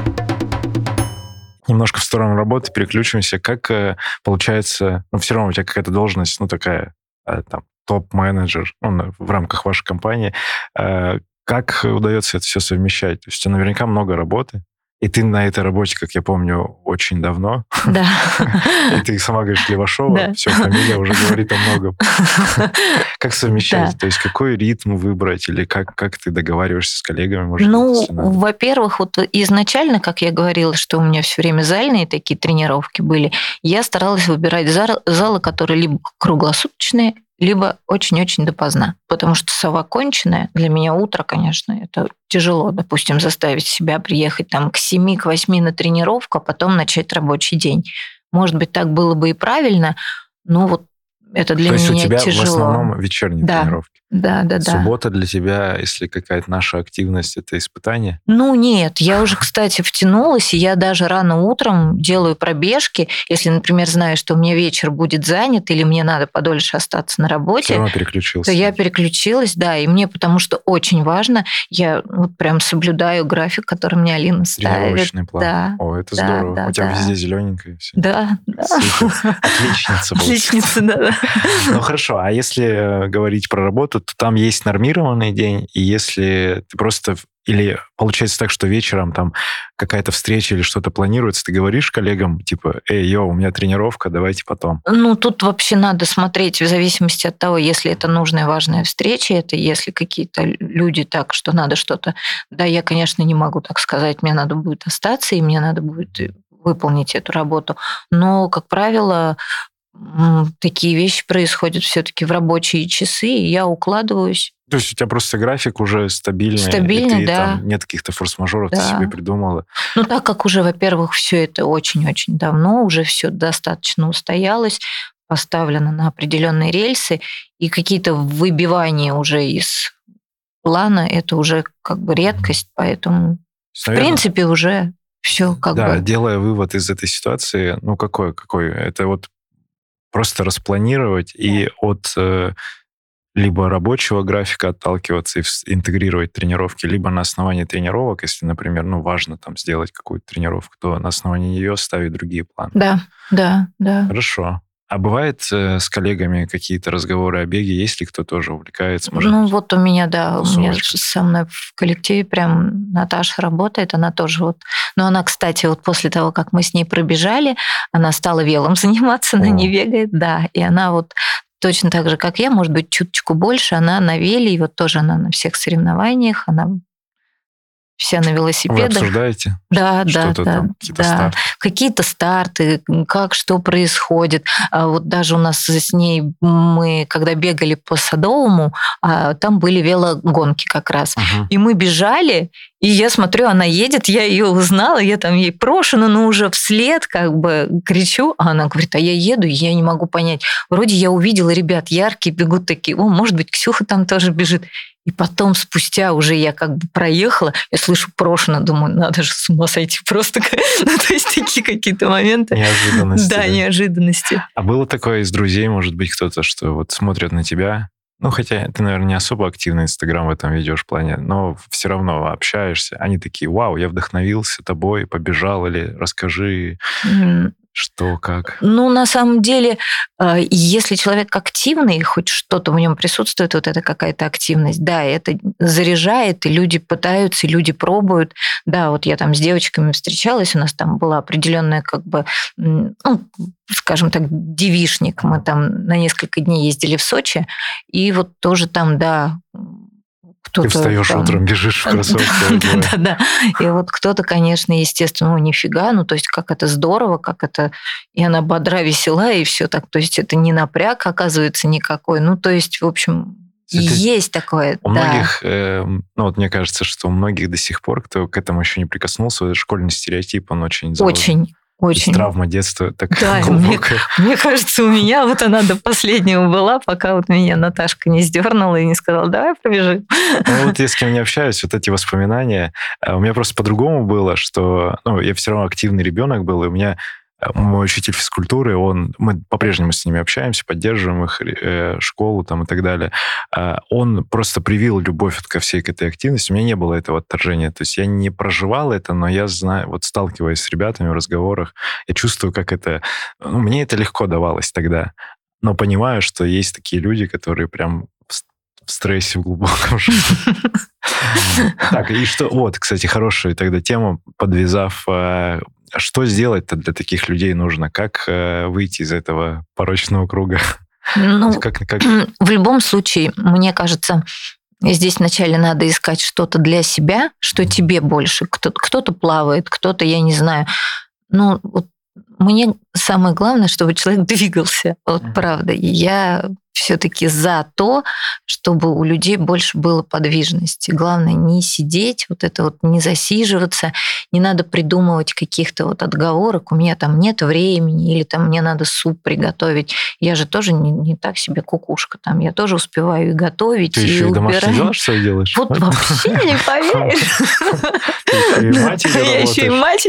Немножко в сторону работы переключимся. Как получается, ну, все равно у тебя какая-то должность, ну, такая, там, топ-менеджер, ну, в рамках вашей компании. Как удается это все совмещать? То есть у тебя наверняка много работы, и ты на этой работе, как я помню, очень давно. Да. И ты сама говоришь Левашова, да. все, фамилия уже говорит о многом. Как совмещать? Да. То есть какой ритм выбрать? Или как, как ты договариваешься с коллегами? Может, ну, во-первых, вот изначально, как я говорила, что у меня все время зальные такие тренировки были, я старалась выбирать залы, которые либо круглосуточные, либо очень-очень допоздна. Потому что сова конченая, для меня утро, конечно, это тяжело, допустим, заставить себя приехать там к семи, к восьми на тренировку, а потом начать рабочий день. Может быть, так было бы и правильно, но вот это для меня тяжело. То есть у тебя тяжело. в основном вечерние да. тренировки? Да, да, да. Суббота для тебя, если какая-то наша активность, это испытание? Ну, нет. Я уже, кстати, втянулась, и я даже рано утром делаю пробежки. Если, например, знаю, что у меня вечер будет занят, или мне надо подольше остаться на работе, все равно переключился. То я переключилась, да. И мне, потому что очень важно, я вот прям соблюдаю график, который мне Алина ставит. Тренировочный план. Да. О, это да, здорово. да, у тебя да. везде зелененькое все. Да. Отличница была. Отличница, да. Ну хорошо, а если говорить про работу, то там есть нормированный день, и если ты просто... Или получается так, что вечером там какая-то встреча или что-то планируется, ты говоришь коллегам, типа, эй, йоу, у меня тренировка, давайте потом. Ну, тут вообще надо смотреть в зависимости от того, если это нужная важная встреча, это если какие-то люди так, что надо что-то... Да, я, конечно, не могу так сказать, мне надо будет остаться, и мне надо будет выполнить эту работу. Но, как правило, такие вещи происходят все-таки в рабочие часы, и я укладываюсь. То есть у тебя просто график уже стабильный, Стабильный, и ты, да. Там нет каких-то форс-мажоров, да. ты себе придумала. Ну, так как уже, во-первых, все это очень-очень давно, уже все достаточно устоялось, поставлено на определенные рельсы, и какие-то выбивания уже из плана, это уже как бы редкость, поэтому, наверное, в принципе, уже все как да, бы... Да, делая вывод из этой ситуации, ну, какой, какой? Это вот просто распланировать да. и от... либо рабочего графика отталкиваться и интегрировать тренировки, либо на основании тренировок, если, например, ну, важно там сделать какую-то тренировку, то на основании нее ставить другие планы. Да, да, да. Хорошо. А бывает э, с коллегами какие-то разговоры о беге? Есть ли кто тоже увлекается? Может, ну, вот у меня, да, тусовочка. У меня со мной в коллективе прям Наташа работает, она тоже вот... Но она, кстати, вот после того, как мы с ней пробежали, она стала велом заниматься, она О. не бегает, да, и она вот точно так же, как я, может быть, чуточку больше, она на веле, и вот тоже она на всех соревнованиях, она вся на велосипедах. Вы обсуждаете? Да, да, Что-то да. там, какие-то да. старты? Какие-то старты, как что происходит. Вот даже у нас с ней, мы когда бегали по Садовому, там были велогонки как раз. Угу. И мы бежали, и я смотрю, она едет, я ее узнала, я там ей прошена, но уже вслед как бы кричу, а она говорит, а я еду, и я не могу понять. Вроде я увидела ребят яркие, бегут такие, о, может быть, Ксюха там тоже бежит. И потом, спустя уже я как бы проехала, я слышу прошено, думаю, надо же с ума сойти просто. Ну, то есть такие какие-то моменты. Неожиданности. Да, да, неожиданности. А было такое из друзей, может быть, кто-то, что вот смотрят на тебя, ну, хотя ты, наверное, не особо активно Инстаграм в этом ведешь в плане, но все равно общаешься. Они такие, вау, я вдохновился тобой, побежал, или расскажи... Mm. Что, как? Ну, на самом деле, если человек активный, хоть что-то в нем присутствует, вот это какая-то активность, да, это заряжает, и люди пытаются, и люди пробуют. Да, вот я там с девочками встречалась, у нас там была определенная, как бы, ну, скажем так, девишник. Мы там на несколько дней ездили в Сочи, и вот тоже там, да, кто-то... Ты встаешь там... утром, бежишь в кроссовках. Да-да. И вот кто-то, конечно, естественно, ну, нифига, ну, то есть как это здорово, как это... И она бодра, весела, и все так. То есть это не напряг, оказывается, никакой. Ну, то есть, в общем, это есть такое. У да. многих, э, ну, вот мне кажется, что у многих до сих пор, кто к этому еще не прикоснулся, школьный стереотип, он очень заложен. Очень. Очень. Травма детства такая да, глубокая. Мне, мне кажется, у меня вот она до последнего была, пока вот меня Наташка не сдернула и не сказала, давай пробежим. Ну вот я с кем не общаюсь, вот эти воспоминания, у меня просто по-другому было, что ну, я все равно активный ребенок был, и у меня мой учитель физкультуры, он, мы по-прежнему с ними общаемся, поддерживаем их, э, школу там и так далее. Э, он просто привил любовь ко всей к этой активности. У меня не было этого отторжения. То есть я не проживал это, но я знаю, вот сталкиваясь с ребятами в разговорах, я чувствую, как это... Ну, мне это легко давалось тогда. Но понимаю, что есть такие люди, которые прям в стрессе в глубоком. Так, и что... Вот, кстати, хорошая тогда тема, подвязав... Что сделать-то для таких людей нужно? Как э, выйти из этого порочного круга? Ну, как, как... В любом случае, мне кажется, здесь вначале надо искать что-то для себя, что mm-hmm. тебе больше. Кто- кто-то плавает, кто-то, я не знаю. Ну, вот мне самое главное, чтобы человек двигался. Вот mm-hmm. правда. Я все-таки за то, чтобы у людей больше было подвижности. Главное не сидеть, вот это вот не засиживаться, не надо придумывать каких-то вот отговорок, у меня там нет времени, или там мне надо суп приготовить. Я же тоже не, не так себе кукушка, там я тоже успеваю и готовить, Ты и еще убирать. И домашние дела, что делаешь? Вот вообще не поверишь. Ты еще и матерью Я еще и мать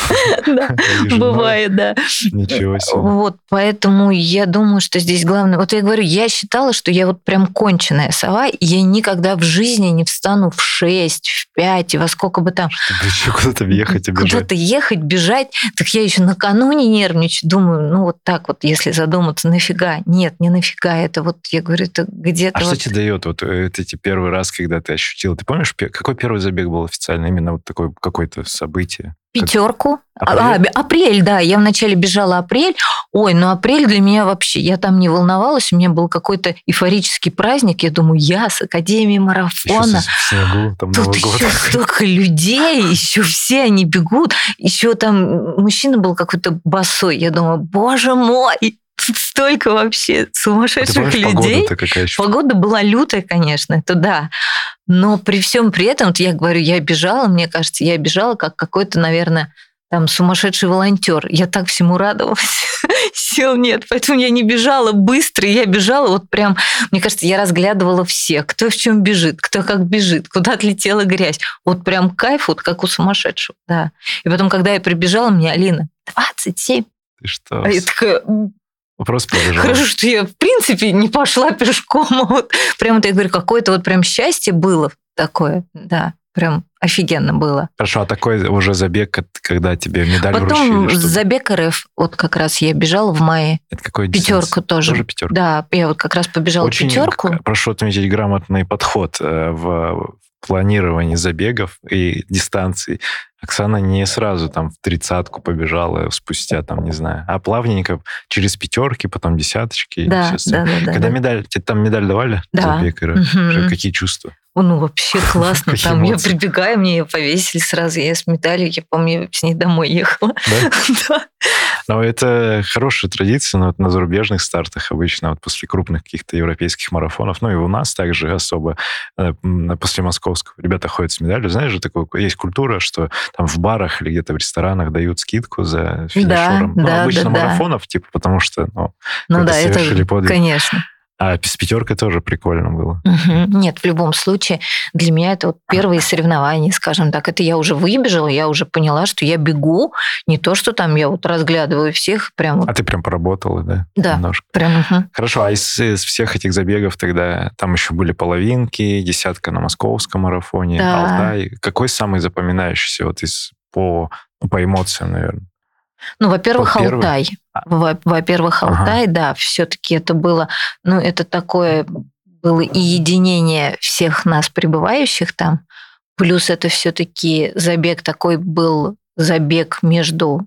была. Бывает, да. Ничего себе. Вот, поэтому я думаю, что здесь главное... Вот я говорю, я считала, что я вот прям конченая сова, и я никогда в жизни не встану в шесть, в пять, и во сколько бы там... Чтобы еще куда-то ехать и бежать. Куда-то ехать, бежать. Так я еще накануне нервничаю. Думаю, ну вот так вот, если задуматься, нафига? Нет, не нафига. Это вот, я говорю, это где-то... А вот... что тебе дает вот эти первый раз, когда ты ощутил? Ты помнишь, какой первый забег был официально? Именно вот такое какое-то событие? Пятерку. Апрель? А, апрель, да. Я вначале бежала апрель. Ой, ну апрель для меня вообще... Я там не волновалась. У меня был какой-то эйфорический праздник. Я думаю, я с Академией марафона. Еще в снегу, там Тут Новый еще год. столько людей, еще все они бегут. Еще там мужчина был какой-то босой. Я думаю, боже мой, тут столько вообще сумасшедших А ты помнишь, людей. погода-то какая еще? Погода была лютая, конечно, это да. Но при всем при этом, вот я говорю, я бежала, мне кажется, я бежала как какой-то, наверное, там сумасшедший волонтер. Я так всему радовалась. Сил нет, поэтому я не бежала быстро, я бежала вот прям, мне кажется, я разглядывала всех, кто в чем бежит, кто как бежит, куда отлетела грязь. Вот прям кайф, вот как у сумасшедшего, да. И потом, когда я прибежала, мне Алина, двадцать семь. Ты что? А я такая... Вопрос побежал. Хорошо, что я, в принципе, не пошла пешком. Вот прям, вот я говорю, какое-то вот прям счастье было такое, да. Прям офигенно было. Хорошо, а такой уже забег, когда тебе медаль Потом вручили? Чтобы... забег РФ, вот как раз я бежала в мае. Это какой Пятерку тоже. Тоже пятерка? Да, я вот как раз побежала Очень, пятерку. прошу отметить, грамотный подход в планировании забегов и дистанций. Оксана не сразу там в тридцатку побежала спустя, там, не знаю, а плавненько через пятерки, потом десяточки. Да, да, да, да. Когда да. медаль, тебе там медаль давали? Да. Забег, Угу. какие чувства? Ну, вообще классно. Какие Там я эмоции? прибегаю, мне ее повесили сразу, я с медалью, я помню, с ней домой ехала. Да? Да. Но это хорошая традиция, но вот на зарубежных стартах обычно, вот после крупных каких-то европейских марафонов, ну и у нас также особо, э, после московского, ребята ходят с медалью. Знаешь же, такое, есть культура, что там в барах или где-то в ресторанах дают скидку за финишером. Да, ну, да, обычно да, да. марафонов, типа, потому что, ну, Ну да, это, совершили подвиг. конечно. А с пятеркой тоже прикольно было. Угу. Нет, в любом случае, для меня это вот первые соревнования, скажем так. Это я уже выбежала, я уже поняла, что я бегу. Не то, что там я вот разглядываю всех прям вот. А ты прям поработала, да? Да, немножко. прям. Угу. Хорошо, а из, из всех этих забегов тогда там еще были половинки, десятка на московском марафоне, Да. Алтай. Какой самый запоминающийся вот из по, ну, по эмоциям, наверное? Ну, во-первых, Вот первый. Алтай. Во- Во-первых, Алтай, Ага. да, все-таки это было, ну, это такое было и единение всех нас, пребывающих там, плюс это все-таки забег такой был, забег между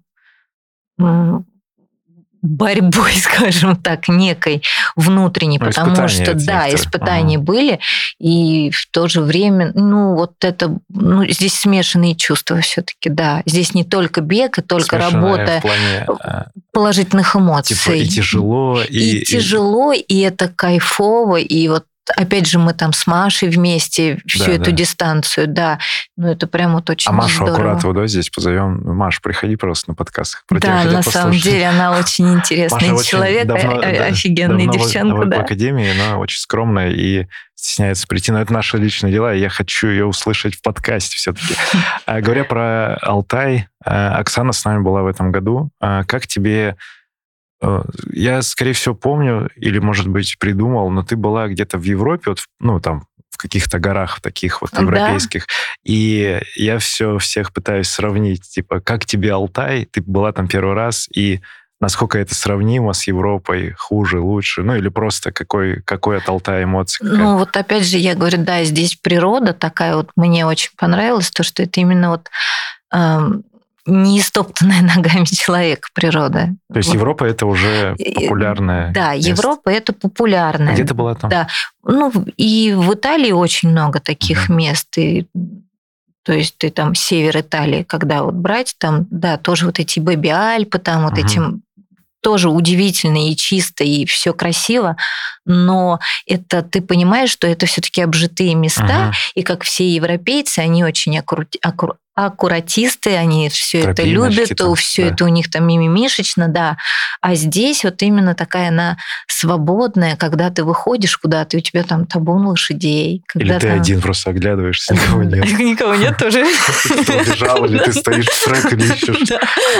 м, борьбой, скажем так, некой внутренней, Ну, потому испытания что, эти да, некоторые. испытания Ага. были, и в то же время, ну, вот это, ну, здесь смешанные чувства все-таки, да. Здесь не только бег, и только Смешанная работа в плане, э, положительных эмоций. типа, и тяжело, и... И тяжело, и это кайфово, и вот опять же мы там с Машей вместе всю Да, эту да. дистанцию, да, ну это прям вот очень А Машу здорово. Аккуратову, да, здесь позовем? Маш, приходи просто на подкаст. Про тебя Да, хотят на самом послушать. деле она очень интересный Маша очень человек, давно- о- да, офигенная давно в- девчонка, в, да. в академии, но очень скромная и стесняется прийти. Но это наши личные дела, и я хочу ее услышать в подкасте все-таки. А, говоря про Алтай, а, Оксана с нами была в этом году. А, как тебе... э, Я, скорее всего, помню, или, может быть, придумал, но ты была где-то в Европе, вот, в- ну, там, в каких-то горах таких вот Да. европейских. И я все всех пытаюсь сравнить. Типа, как тебе Алтай? Ты была там первый раз, и насколько это сравнимо с Европой? Хуже, лучше? Ну, или просто какой, какой от Алтая эмоции? какая? Ну вот опять же я говорю, да, здесь природа такая вот, мне очень понравилось, то, что это именно вот эм, не истоптанная ногами человека природа. То есть Вот. Европа — это уже популярная Да, место. Европа это популярная. А где ты была там? Да. Ну, и в Италии очень много таких Мгм. мест. И, то есть ты там север Италии, когда вот брать, там, да, тоже вот эти Бэби-Альпы, там вот Мгм. этим тоже удивительно и чисто, и все красиво, но это ты понимаешь, что это все-таки обжитые места, Мгм. и как все европейцы, они очень аккурат- аккур- аккуратисты, они все это любят, там, все да. это у них там мимимишечно, да. А здесь вот именно такая она свободная, когда ты выходишь куда-то, и у тебя там табун лошадей. Или ты там... один просто оглядываешься, никого нет. Никого нет тоже. Ты убежал, или ты стоишь в трек или ищешь.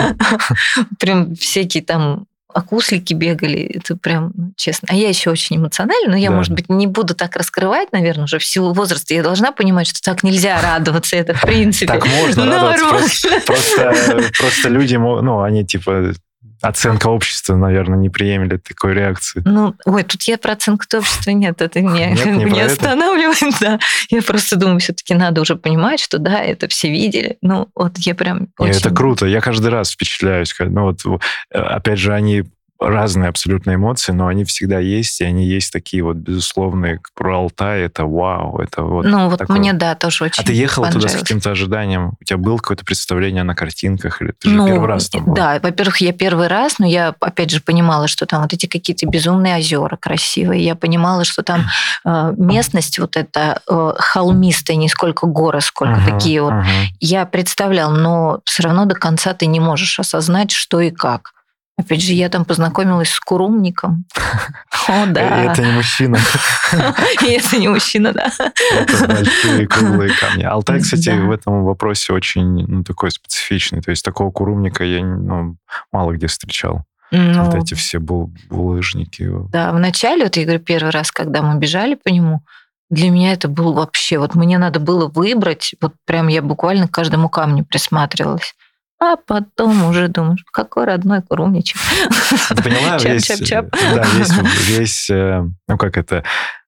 Прям всякие там окуслики бегали, это прям, честно. А я еще очень эмоциональна, но я, да. может быть, не буду так раскрывать, наверное, уже в силу возраста. Я должна понимать, что так нельзя радоваться, это в принципе. Так можно радоваться, просто, просто, просто люди, ну, они типа... Оценка общества, наверное, не приемлет такой реакции. Ну, ой, тут я про оценку общества нет, это меня нет, как бы не, не останавливает. Да. Я просто думаю, все-таки надо уже понимать, что да, это все видели. Ну, вот я прям очень... Это круто, я каждый раз впечатляюсь. Ну, вот, опять же, они... разные абсолютно эмоции, но они всегда есть, и они есть такие вот безусловные. Про Алтай это вау, это вот. Ну вот такое... мне да тоже очень. А ты ехала туда с каким-то ожиданием? У тебя было какое-то представление на картинках или ты же ну, первый раз там была? Да, во-первых, я первый раз, но я опять же понимала, что там вот эти какие-то безумные озера красивые. Я понимала, что там э, местность вот эта э, холмистая, не сколько горы, сколько uh-huh, такие вот. Uh-huh. Я представляла, но все равно до конца ты не можешь осознать, что и как. Опять же, я там познакомилась с курумником. О, да. И это не мужчина. И это не мужчина, да. Это большие круглые камни. Алтай, кстати, да. в этом вопросе очень ну, такой специфичный. То есть такого курумника я ну, мало где встречал. Ну, вот эти все бул- булыжники. Да, вначале, вот я говорю, первый раз, когда мы бежали по нему, для меня это был вообще... Вот мне надо было выбрать, вот прям я буквально к каждому камню присматривалась. А потом уже думаешь, какой родной курумничек. Ты поняла, весь, Чап-чап-чап. Да, весь, весь, ну как это,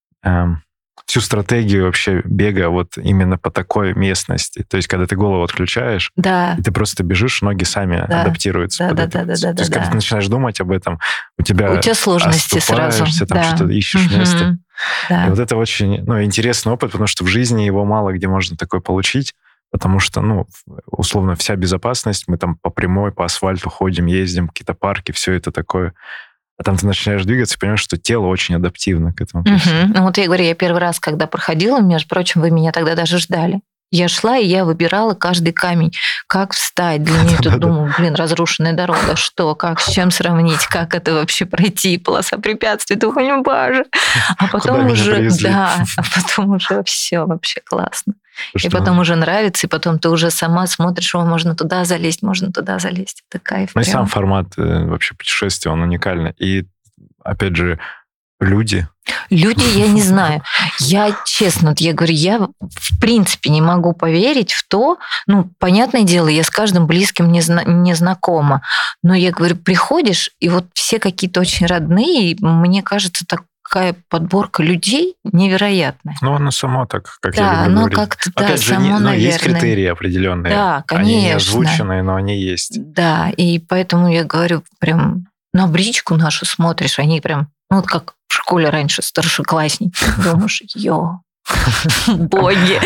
всю стратегию вообще бега вот именно по такой местности. То есть, когда ты голову отключаешь, да. и ты просто бежишь, ноги сами да. адаптируются. Да, под да, это. да, да, То да, есть, да, когда да. ты начинаешь думать об этом, у тебя у тебя сложности сразу. там да. что-то ищешь угу. место. Да. И вот это очень ну, интересный опыт, потому что в жизни его мало где можно такой получить. Потому что, ну, условно, вся безопасность, мы там по прямой, по асфальту ходим, ездим, какие-то парки, все это такое. А там ты начинаешь двигаться и понимаешь, что тело очень адаптивно к этому. Угу. Ну, вот я говорю, я первый раз, когда проходила, между прочим, вы меня тогда даже ждали. Я шла, и я выбирала каждый камень, как встать. Для нее тут думаю, блин, разрушенная дорога, что, как, с чем сравнить, как это вообще пройти, полоса препятствий, думаю, боже. А потом уже, да, а потом уже все вообще классно. И потом уже нравится, и потом ты уже сама смотришь, о, можно туда залезть, можно туда залезть. Это кайф. Ну и сам формат вообще путешествия, он уникальный. И, опять же, люди... Люди, я не знаю. Я, честно, я говорю, я в принципе не могу поверить в то, ну, понятное дело, я с каждым близким не, зна- не знакома, но я говорю, приходишь, и вот все какие-то очень родные, и мне кажется, так такая подборка людей невероятная. Ну, оно само так, как да, я люблю оно говорить. как-то, да, Опять же, само, не, ну, наверное. есть критерии определенные. Да, конечно. Они не озвученные, но они есть. Да, и поэтому я говорю, прям на бричку нашу смотришь, они прям, ну, вот как в школе раньше старшеклассники. Думаешь, йо, боги.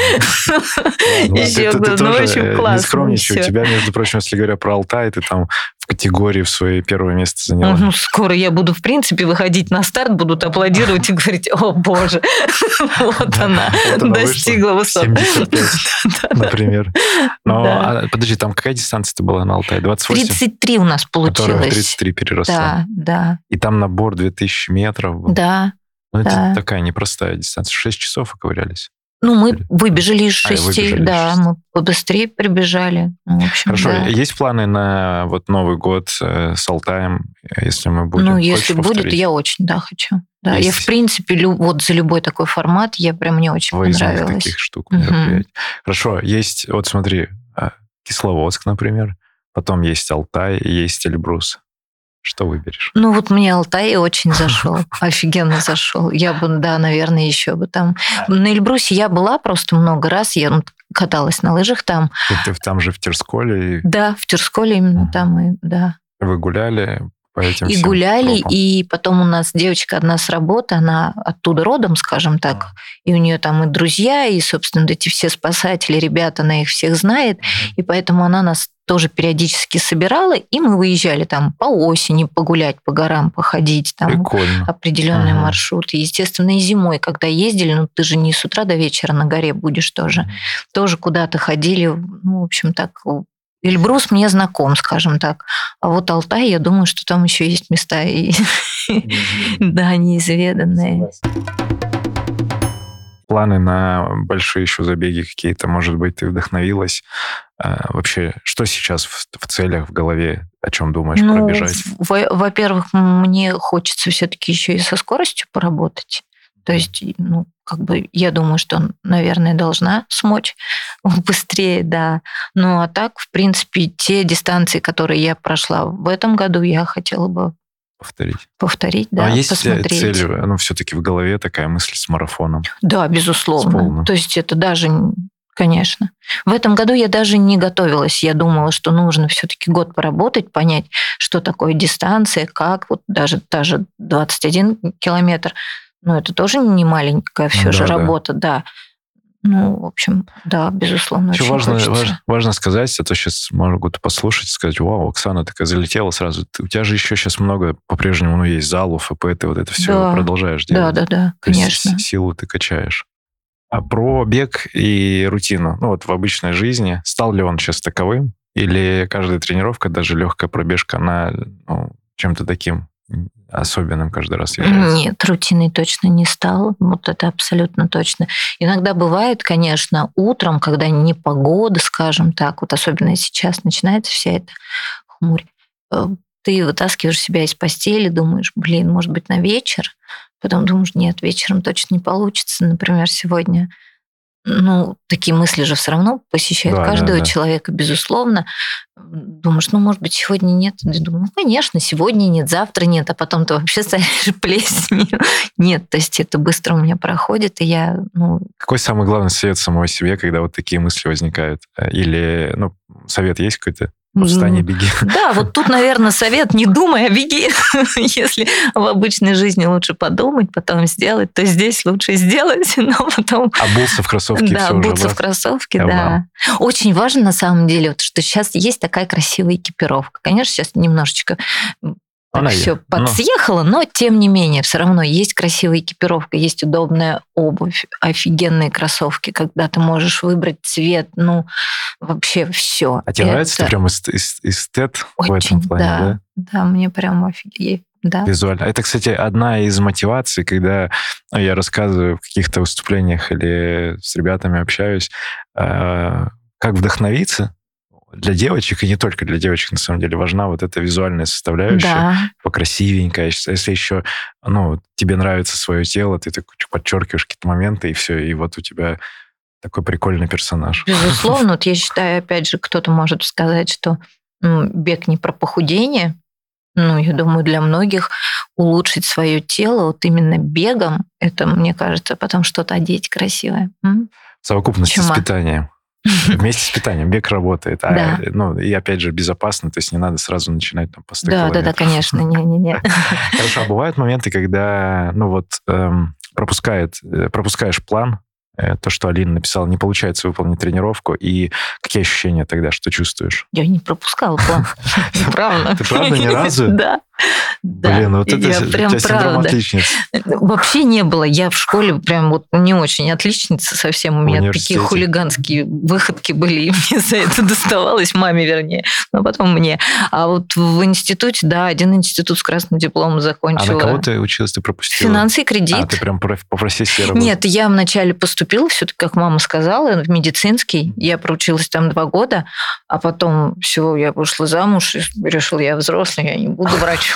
Еще ночью классно. Не скромничай, у тебя, между прочим, если говоря про Алтай, ты там в категории в свое первое место заняла. Ну, скоро я буду, в принципе, выходить на старт, будут аплодировать и говорить, о, боже, вот она, достигла высот. семьдесят пять, например. Но, подожди, там какая дистанция-то была на Алтае? двадцать восемь? тридцать три у нас получилось. Которая в тридцать три переросла. Да, да. И там набор две тысячи метров был. Да. Ну, да. это такая непростая дистанция. Шесть часов ковырялись. Ну, мы выбежали из шести, а, выбежали да, из шести. Мы побыстрее прибежали. Ну, в общем, Хорошо, да. Есть планы на вот Новый год э, с Алтаем, если мы будем? Ну, Хочешь если повторить? будет, я очень, да, хочу. Да, Есть. я, в принципе, люб, вот за любой такой формат, я прям мне очень Выездных понравилось. таких штук, мероприятий. Угу. Хорошо, есть, вот смотри, Кисловодск, например, потом есть Алтай, есть Эльбрус. Что выберешь? Ну, вот мне Алтай очень зашел, офигенно зашел. Я бы, да, наверное, еще бы там... На Эльбрусе я была просто много раз, я каталась на лыжах там. Ты, ты там же в Терсколе? Да, в Терсколе именно угу. там, и, да. Вы гуляли, по этим и всем гуляли, тропам. и потом у нас девочка одна с работы, она оттуда родом, скажем так, и у нее там и друзья, и, собственно, эти все спасатели, ребята, она их всех знает, и поэтому она нас тоже периодически собирала, и мы выезжали там по осени погулять, по горам походить, там Прикольно. определенные Ага. маршруты. Естественно, и зимой, когда ездили, ну ты же не с утра до вечера на горе будешь тоже, тоже куда-то ходили, ну, в общем, так. Эльбрус мне знаком, скажем так. А вот Алтай, я думаю, что там еще есть места и да, неизведанные. Планы на большие еще забеги какие-то, может быть, ты вдохновилась? А, вообще, что сейчас в, в целях, в голове, о чем думаешь Ну, пробежать? во- во-первых, мне хочется все-таки еще и со скоростью поработать. То есть, ну, как бы, я думаю, что, наверное, должна смочь быстрее, да. Ну, а так, в принципе, те дистанции, которые я прошла в этом году, я хотела бы Повторить. повторить, Ну, да, а есть посмотреть. цель, ну, все-таки в голове такая мысль с марафоном? Да, С безусловно. полным. То есть это даже, конечно. В этом году я даже не готовилась. Я думала, что нужно все-таки год поработать, понять, что такое дистанция, как, вот даже та же двадцать один километр. Ну, это тоже не маленькая все Ну же да, да. работа, да. Ну, в общем, да, безусловно, Еще очень важно, хочется. важ- важно сказать, а то сейчас могут послушать и сказать, вау, Оксана такая залетела сразу. Ты- у тебя же еще сейчас много по-прежнему, ну, есть залов, ИП, ты вот это все Да. продолжаешь Да, делать. да, да, То есть конечно. с- силу ты качаешь. А про бег и рутину, ну вот в обычной жизни, стал ли он сейчас таковым? Или каждая тренировка, даже легкая пробежка, она ну, чем-то таким особенным каждый раз является? Нет, рутиной точно не стал. Вот это абсолютно точно. Иногда бывает, конечно, утром, когда непогода, скажем так, вот особенно сейчас начинается вся эта хмурь, э, ты вытаскиваешь себя из постели, думаешь, блин, может быть, на вечер? Потом думаешь, нет, вечером точно не получится. Например, сегодня, ну, такие мысли же все равно посещают Да, да, каждого да. человека, безусловно. Думаешь, ну, может быть, сегодня нет. Я думаю, ну, конечно, сегодня нет, завтра нет, а потом ты вообще стоишь плесенью. Нет, то есть это быстро у меня проходит, и я, ну, Какой самый главный совет самого себе, когда вот такие мысли возникают? Или, ну, совет есть какой-то? Встань и беги. да, вот тут, наверное, совет не думай, а беги. Если в обычной жизни лучше подумать, потом сделать, то здесь лучше сделать, но потом... Обулся в кроссовки, и Да, все уже. бутсы в бац. кроссовке, Я да. Очень важно на самом деле, вот, что сейчас есть такая красивая экипировка. Конечно, сейчас немножечко Она все есть. Ну. подсъехало, но тем не менее, все равно есть красивая экипировка, есть удобная обувь, офигенные кроссовки, когда ты можешь выбрать цвет, ну, вообще все. А тебе нравится, ты прям эст- эст- эстет в Очень, этом плане, да? да, да, мне прям офигеть. Да. Визуально. Это, кстати, одна из мотиваций, когда ну, я рассказываю в каких-то выступлениях или с ребятами общаюсь, э, как вдохновиться. Для девочек, и не только для девочек, на самом деле, важна вот эта визуальная составляющая, Да. покрасивенькая. Если еще ну, тебе нравится свое тело, ты так подчеркиваешь какие-то моменты, и все, и вот у тебя такой прикольный персонаж. Безусловно, вот я считаю, опять же, кто-то может сказать, что м, бег не про похудение. Ну, я думаю, для многих улучшить свое тело вот именно бегом, это, мне кажется, потом что-то одеть красивое. М? Совокупность Чума. с питанием. Вместе с питанием бег работает. А, Да. ну, и опять же, безопасно, то есть не надо сразу начинать там по сто Да, да, да, километров. конечно, не-не-не. Хорошо, а бывают моменты, когда, ну вот, эм, пропускает, э, пропускаешь план, э, то, что Алина написала, не получается выполнить тренировку, и какие ощущения тогда, что чувствуешь? Я не пропускала план. Правда. Ты правда ни разу? Да. Да. Блин, вот это Я у прям тебя синдром правда. отличницы. Вообще не было. Я в школе прям вот не очень отличница совсем. У В меня такие университете? хулиганские выходки были, и мне за это доставалось, маме вернее, но потом мне. А вот в институте, да, один институт с красным дипломом А закончила. на кого ты училась, ты пропустила? Финансы и кредит. А, ты прям по по профессии работала? Нет, я вначале поступила, все-таки, как мама сказала, в медицинский. Я проучилась там два года, а потом все, я вышла замуж и решила, я взрослый, я не буду врачом.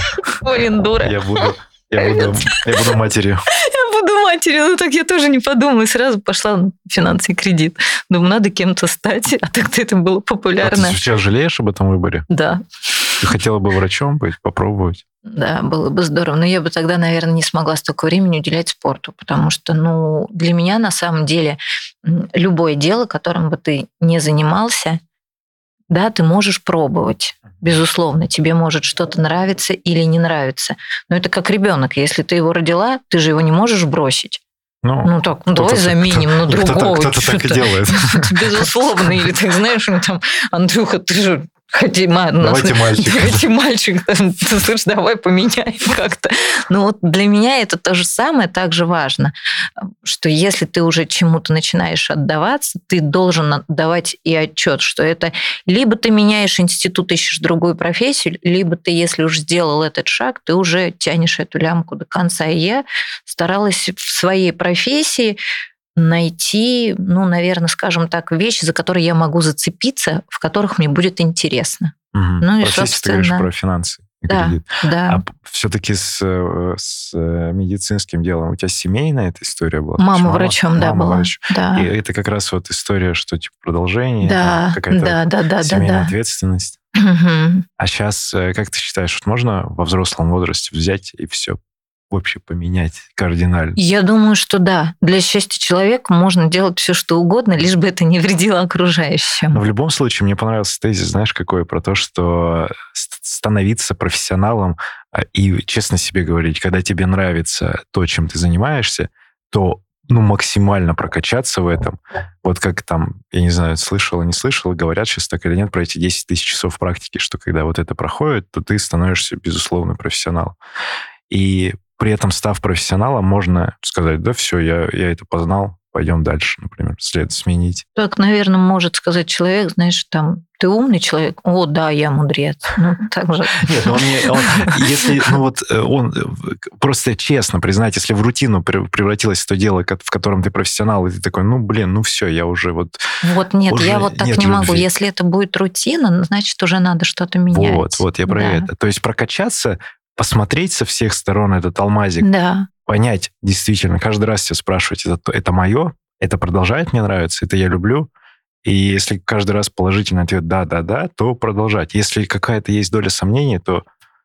Блин, дура. Я буду, я буду, я буду матерью. Я буду матерью. Ну так я тоже не подумала. И сразу пошла на финансы и кредит. Думаю, надо кем-то стать. А так-то это было А ты популярно. сейчас жалеешь об этом выборе? Да. Ты хотела бы врачом быть, попробовать? Да, было бы здорово. Но я бы тогда, наверное, не смогла столько времени уделять спорту, потому что, ну, для меня на самом деле м, любое дело, которым бы ты не занимался, да, ты можешь пробовать. безусловно, тебе может что-то нравиться или не нравиться. Но это как ребенок. Если ты его родила, ты же его не можешь бросить. Ну, ну так, ну давай заменим на другого. Кто-то, кто-то так и делает. Безусловно. Или ты знаешь, ну там, Андрюха, ты же... Хотя, давайте мальчик. Давайте мальчик. Слышь, давай поменяем как-то. Ну вот для меня это то же самое, так же важно, что если ты уже чему-то начинаешь отдаваться, ты должен отдавать и отчет, что это либо ты меняешь институт, ищешь другую профессию, либо ты, если уж сделал этот шаг, ты уже тянешь эту лямку до конца. И я старалась в своей профессии найти, ну, наверное, скажем так, вещи, за которые я могу зацепиться, в которых мне будет интересно. Угу. Ну, и, собственно... ты говоришь про финансы. Да, кредит. да. А все-таки с, с медицинским делом у тебя семейная эта история была? Мама, мама врачом, мама, да, была. Врач. Да. И это как раз вот история, что типа продолжение, да, какая-то да, да, да, семейная да, да. ответственность. Угу. А сейчас, как ты считаешь, вот можно во взрослом возрасте взять и все вообще поменять кардинально? Я думаю, что да. Для счастья человека можно делать все, что угодно, лишь бы это не вредило окружающим. Но в любом случае, мне понравился тезис, знаешь, какой? Про то, что становиться профессионалом и честно себе говорить, когда тебе нравится то, чем ты занимаешься, то ну, максимально прокачаться в этом. Вот как там, я не знаю, слышал, не слышал, говорят сейчас так или нет про эти десять тысяч часов практики, что когда вот это проходит, то ты становишься, безусловно, профессионалом. И при этом, став профессионалом, можно сказать, да, все, я, я это познал, пойдем дальше, например, след сменить. Так, наверное, может сказать человек, знаешь, там, ты умный человек? О, да, я мудрец. Ну, так же. Нет, он не... Он, если, ну вот, он просто честно признать, если в рутину превратилось то дело, в котором ты профессионал, и ты такой, ну, блин, ну все, я уже вот... Вот нет, я вот так не могу. Если это будет рутина, значит, уже надо что-то менять. Вот, вот, я про это. То есть прокачаться, посмотреть со всех сторон этот алмазик, да. понять, действительно, каждый раз себя спрашивать, это, это мое, это продолжает мне нравиться, это я люблю. И если каждый раз положительный ответ «да, да, да», то продолжать. Если какая-то есть доля сомнений, то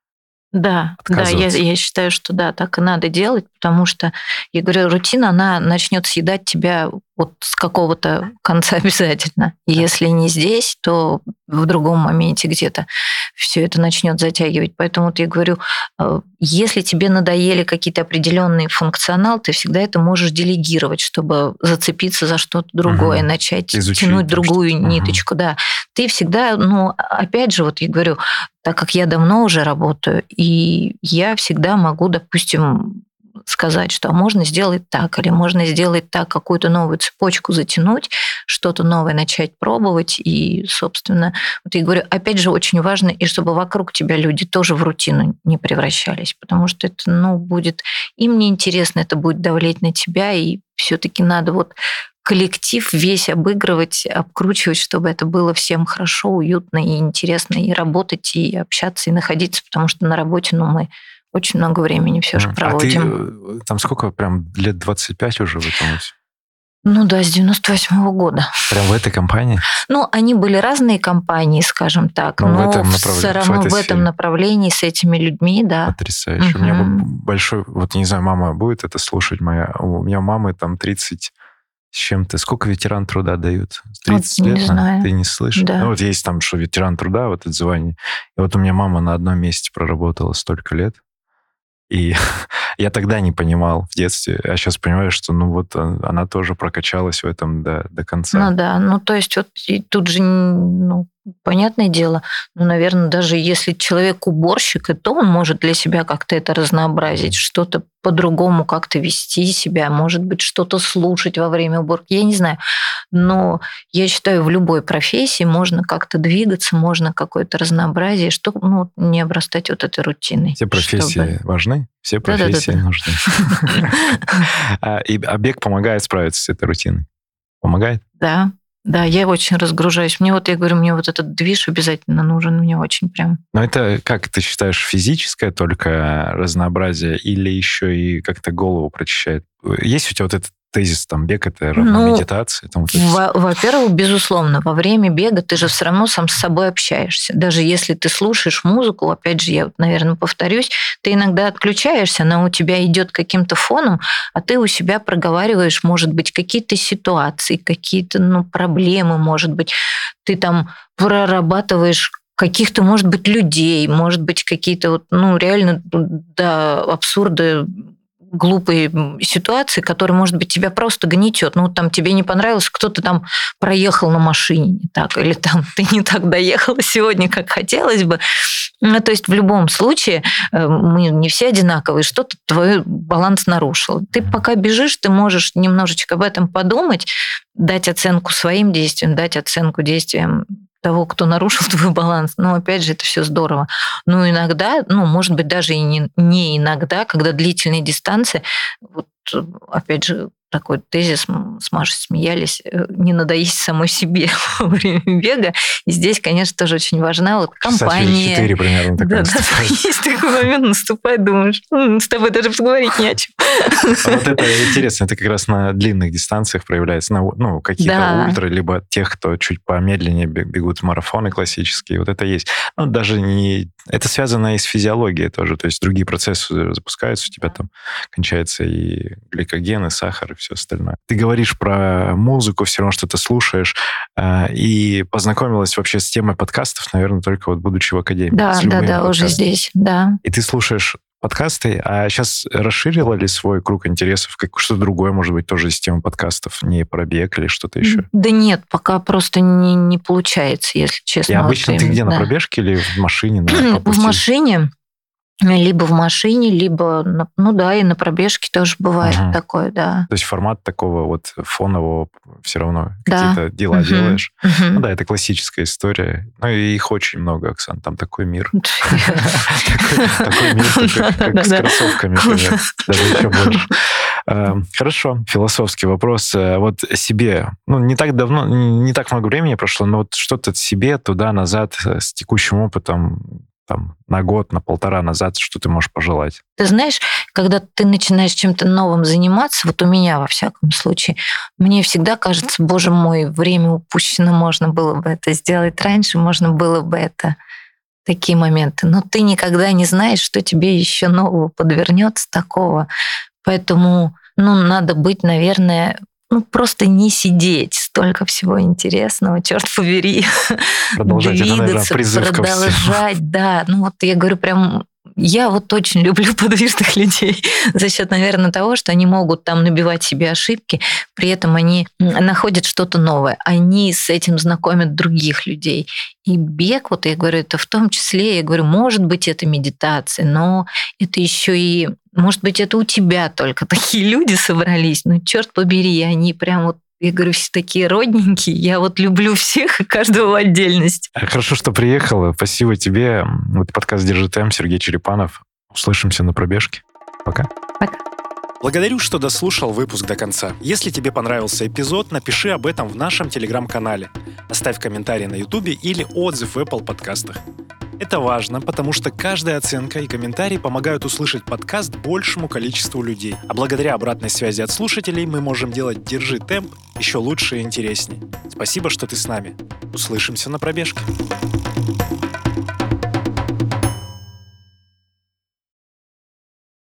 да, да, я, я считаю, что да, так и надо делать, потому что, я говорю, рутина, она начнет съедать тебя вот с какого-то конца обязательно. И если не здесь, то в другом моменте где-то все это начнет затягивать. Поэтому вот я говорю, если тебе надоели какие-то определенные функционал, ты всегда это можешь делегировать, чтобы зацепиться за что-то другое, угу. начать Изучить, тянуть другую что... ниточку. Угу. Да. Ты всегда, ну, опять же, вот я говорю, так как я давно уже работаю, и я всегда могу, допустим, сказать, что можно сделать так, или можно сделать так, какую-то новую цепочку затянуть, что-то новое начать пробовать. И, собственно, вот я говорю, опять же, очень важно, и чтобы вокруг тебя люди тоже в рутину не превращались, потому что это, ну, будет им неинтересно, это будет давлеть на тебя, и все-таки надо вот коллектив весь обыгрывать, обкручивать, чтобы это было всем хорошо, уютно и интересно, и работать, и общаться, и находиться, потому что на работе, ну, мы очень много времени все же проводим. А ты там сколько, прям лет двадцать пять уже в этом? Ну да, с девяносто восьмого года. Прям в этой компании? Ну, они были разные компании, скажем так, но, но в этом все равно в, в этом направлении с этими людьми, да. Потрясающе. Угу. У меня большой, вот не знаю, мама будет это слушать моя, у меня мамы там тридцать с чем-то. Сколько ветеран труда дают? тридцать вот, лет? Не знаю. Ты не слышишь? Да. Ну, вот есть там, что ветеран труда, вот это звание. И вот у меня мама на одном месте проработала столько лет. И я тогда не понимал в детстве, а сейчас понимаю, что ну вот она тоже прокачалась в этом до, до конца. Ну да, ну то есть вот тут же, ну, понятное дело, ну, наверное, даже если человек уборщик, то он может для себя как-то это разнообразить, что-то по-другому как-то вести себя, может быть, что-то слушать во время уборки, я не знаю. Но я считаю, в любой профессии можно как-то двигаться, можно какое-то разнообразие, чтобы ну, не обрастать вот этой рутиной. Все профессии чтобы... важны, все профессии да, да, да, нужны. А бег помогает справиться с этой рутиной? Помогает? Да. Да, я очень разгружаюсь. Мне вот, я говорю, мне вот этот движ обязательно нужен, мне очень прям. Но это, как ты считаешь, физическое только разнообразие или еще и как-то голову прочищает? Есть у тебя вот этот тезис, там, бег — это равно ну, медитация? Там, во- во-первых, безусловно, во время бега ты же все равно сам с собой общаешься. Даже если ты слушаешь музыку, опять же, я, наверное, повторюсь, ты иногда отключаешься, она у тебя идет каким-то фоном, а ты у себя проговариваешь, может быть, какие-то ситуации, какие-то ну, проблемы, может быть, ты там прорабатываешь каких-то, может быть, людей, может быть, какие-то вот, ну, реально до абсурда глупые ситуации, которые, может быть, тебя просто гнетет. Ну, там тебе не понравилось, кто-то там проехал на машине не так, или там ты не так доехала сегодня, как хотелось бы. Ну, то есть в любом случае мы не все одинаковые, что-то твой баланс нарушил. Ты пока бежишь, ты можешь немножечко об этом подумать, дать оценку своим действиям, дать оценку действиям того, кто нарушил твой баланс. Но, опять же, это все здорово. Но иногда, ну, может быть, даже и не, не иногда, когда длительные дистанции, вот, опять же, такой тезис, мы с Машей смеялись, не надоесть самой себе во время бега. И здесь, конечно, тоже очень важна вот компания. Часа четыре примерно такая. Да, да, есть такой момент, наступает, думаешь, ну, с тобой даже поговорить не о чем. Вот это интересно, это как раз на длинных дистанциях проявляется, на, ну, какие-то да. ультра, либо тех, кто чуть помедленнее бегут марафоны классические, вот это есть. Ну, даже не... Это связано и с физиологией тоже, то есть другие процессы запускаются, у тебя там кончается и гликоген, и сахар, и все остальное. Ты говоришь про музыку, все равно что-то слушаешь, и познакомилась вообще с темой подкастов, наверное, только вот будучи в академии. Да, да, да, уже здесь, да. И ты слушаешь подкасты, а сейчас расширила ли свой круг интересов? Как что-то другое, может быть, тоже из темы подкастов, не про бег или что-то еще? Да нет, пока просто не, не получается, если честно. И обычно вот ты где, да. на пробежке или в машине? На, в машине. Либо в машине, либо, на, ну да, и на пробежке тоже бывает ага. такое, да. То есть формат такого вот фонового все равно да. какие-то дела угу. делаешь. Угу. Ну да, это классическая история. Ну и их очень много, Оксан, там такой мир. Такой мир, как с кроссовками. Даже еще больше. Хорошо, философский вопрос. Вот себе, ну не так давно, не так много времени прошло, но вот что-то себе туда-назад с текущим опытом, там, на год, на полтора назад, что ты можешь пожелать? Ты знаешь, когда ты начинаешь чем-то новым заниматься, вот у меня, во всяком случае, мне всегда кажется, боже мой, время упущено, можно было бы это сделать раньше, можно было бы это... Такие моменты. Но ты никогда не знаешь, что тебе еще нового подвернется такого. Поэтому, ну, надо быть, наверное... Ну, просто не сидеть. Столько всего интересного, черт побери. Продолжать. Двигаться, это, наверное, продолжать, да. Ну, вот я говорю, прям... Я вот очень люблю подвижных людей за счет, наверное, того, что они могут там набивать себе ошибки, при этом они находят что-то новое. Они с этим знакомят других людей. И бег, вот я говорю, это в том числе, я говорю, может быть, это медитация, но это еще и, может быть, это у тебя только такие люди собрались, но черт побери, они прям вот, я говорю, все такие родненькие. Я вот люблю всех и каждого в отдельности. Хорошо, что приехала. Спасибо тебе. Вот подкаст «Держи темп», Сергей Черепанов. Услышимся на пробежке. Пока. Пока. Благодарю, что дослушал выпуск до конца. Если тебе понравился эпизод, напиши об этом в нашем телеграм-канале. Оставь комментарий на ютубе или отзыв в Apple подкастах. Это важно, потому что каждая оценка и комментарий помогают услышать подкаст большему количеству людей. А благодаря обратной связи от слушателей мы можем делать «Держи темп» еще лучше и интереснее. Спасибо, что ты с нами. Услышимся на пробежке.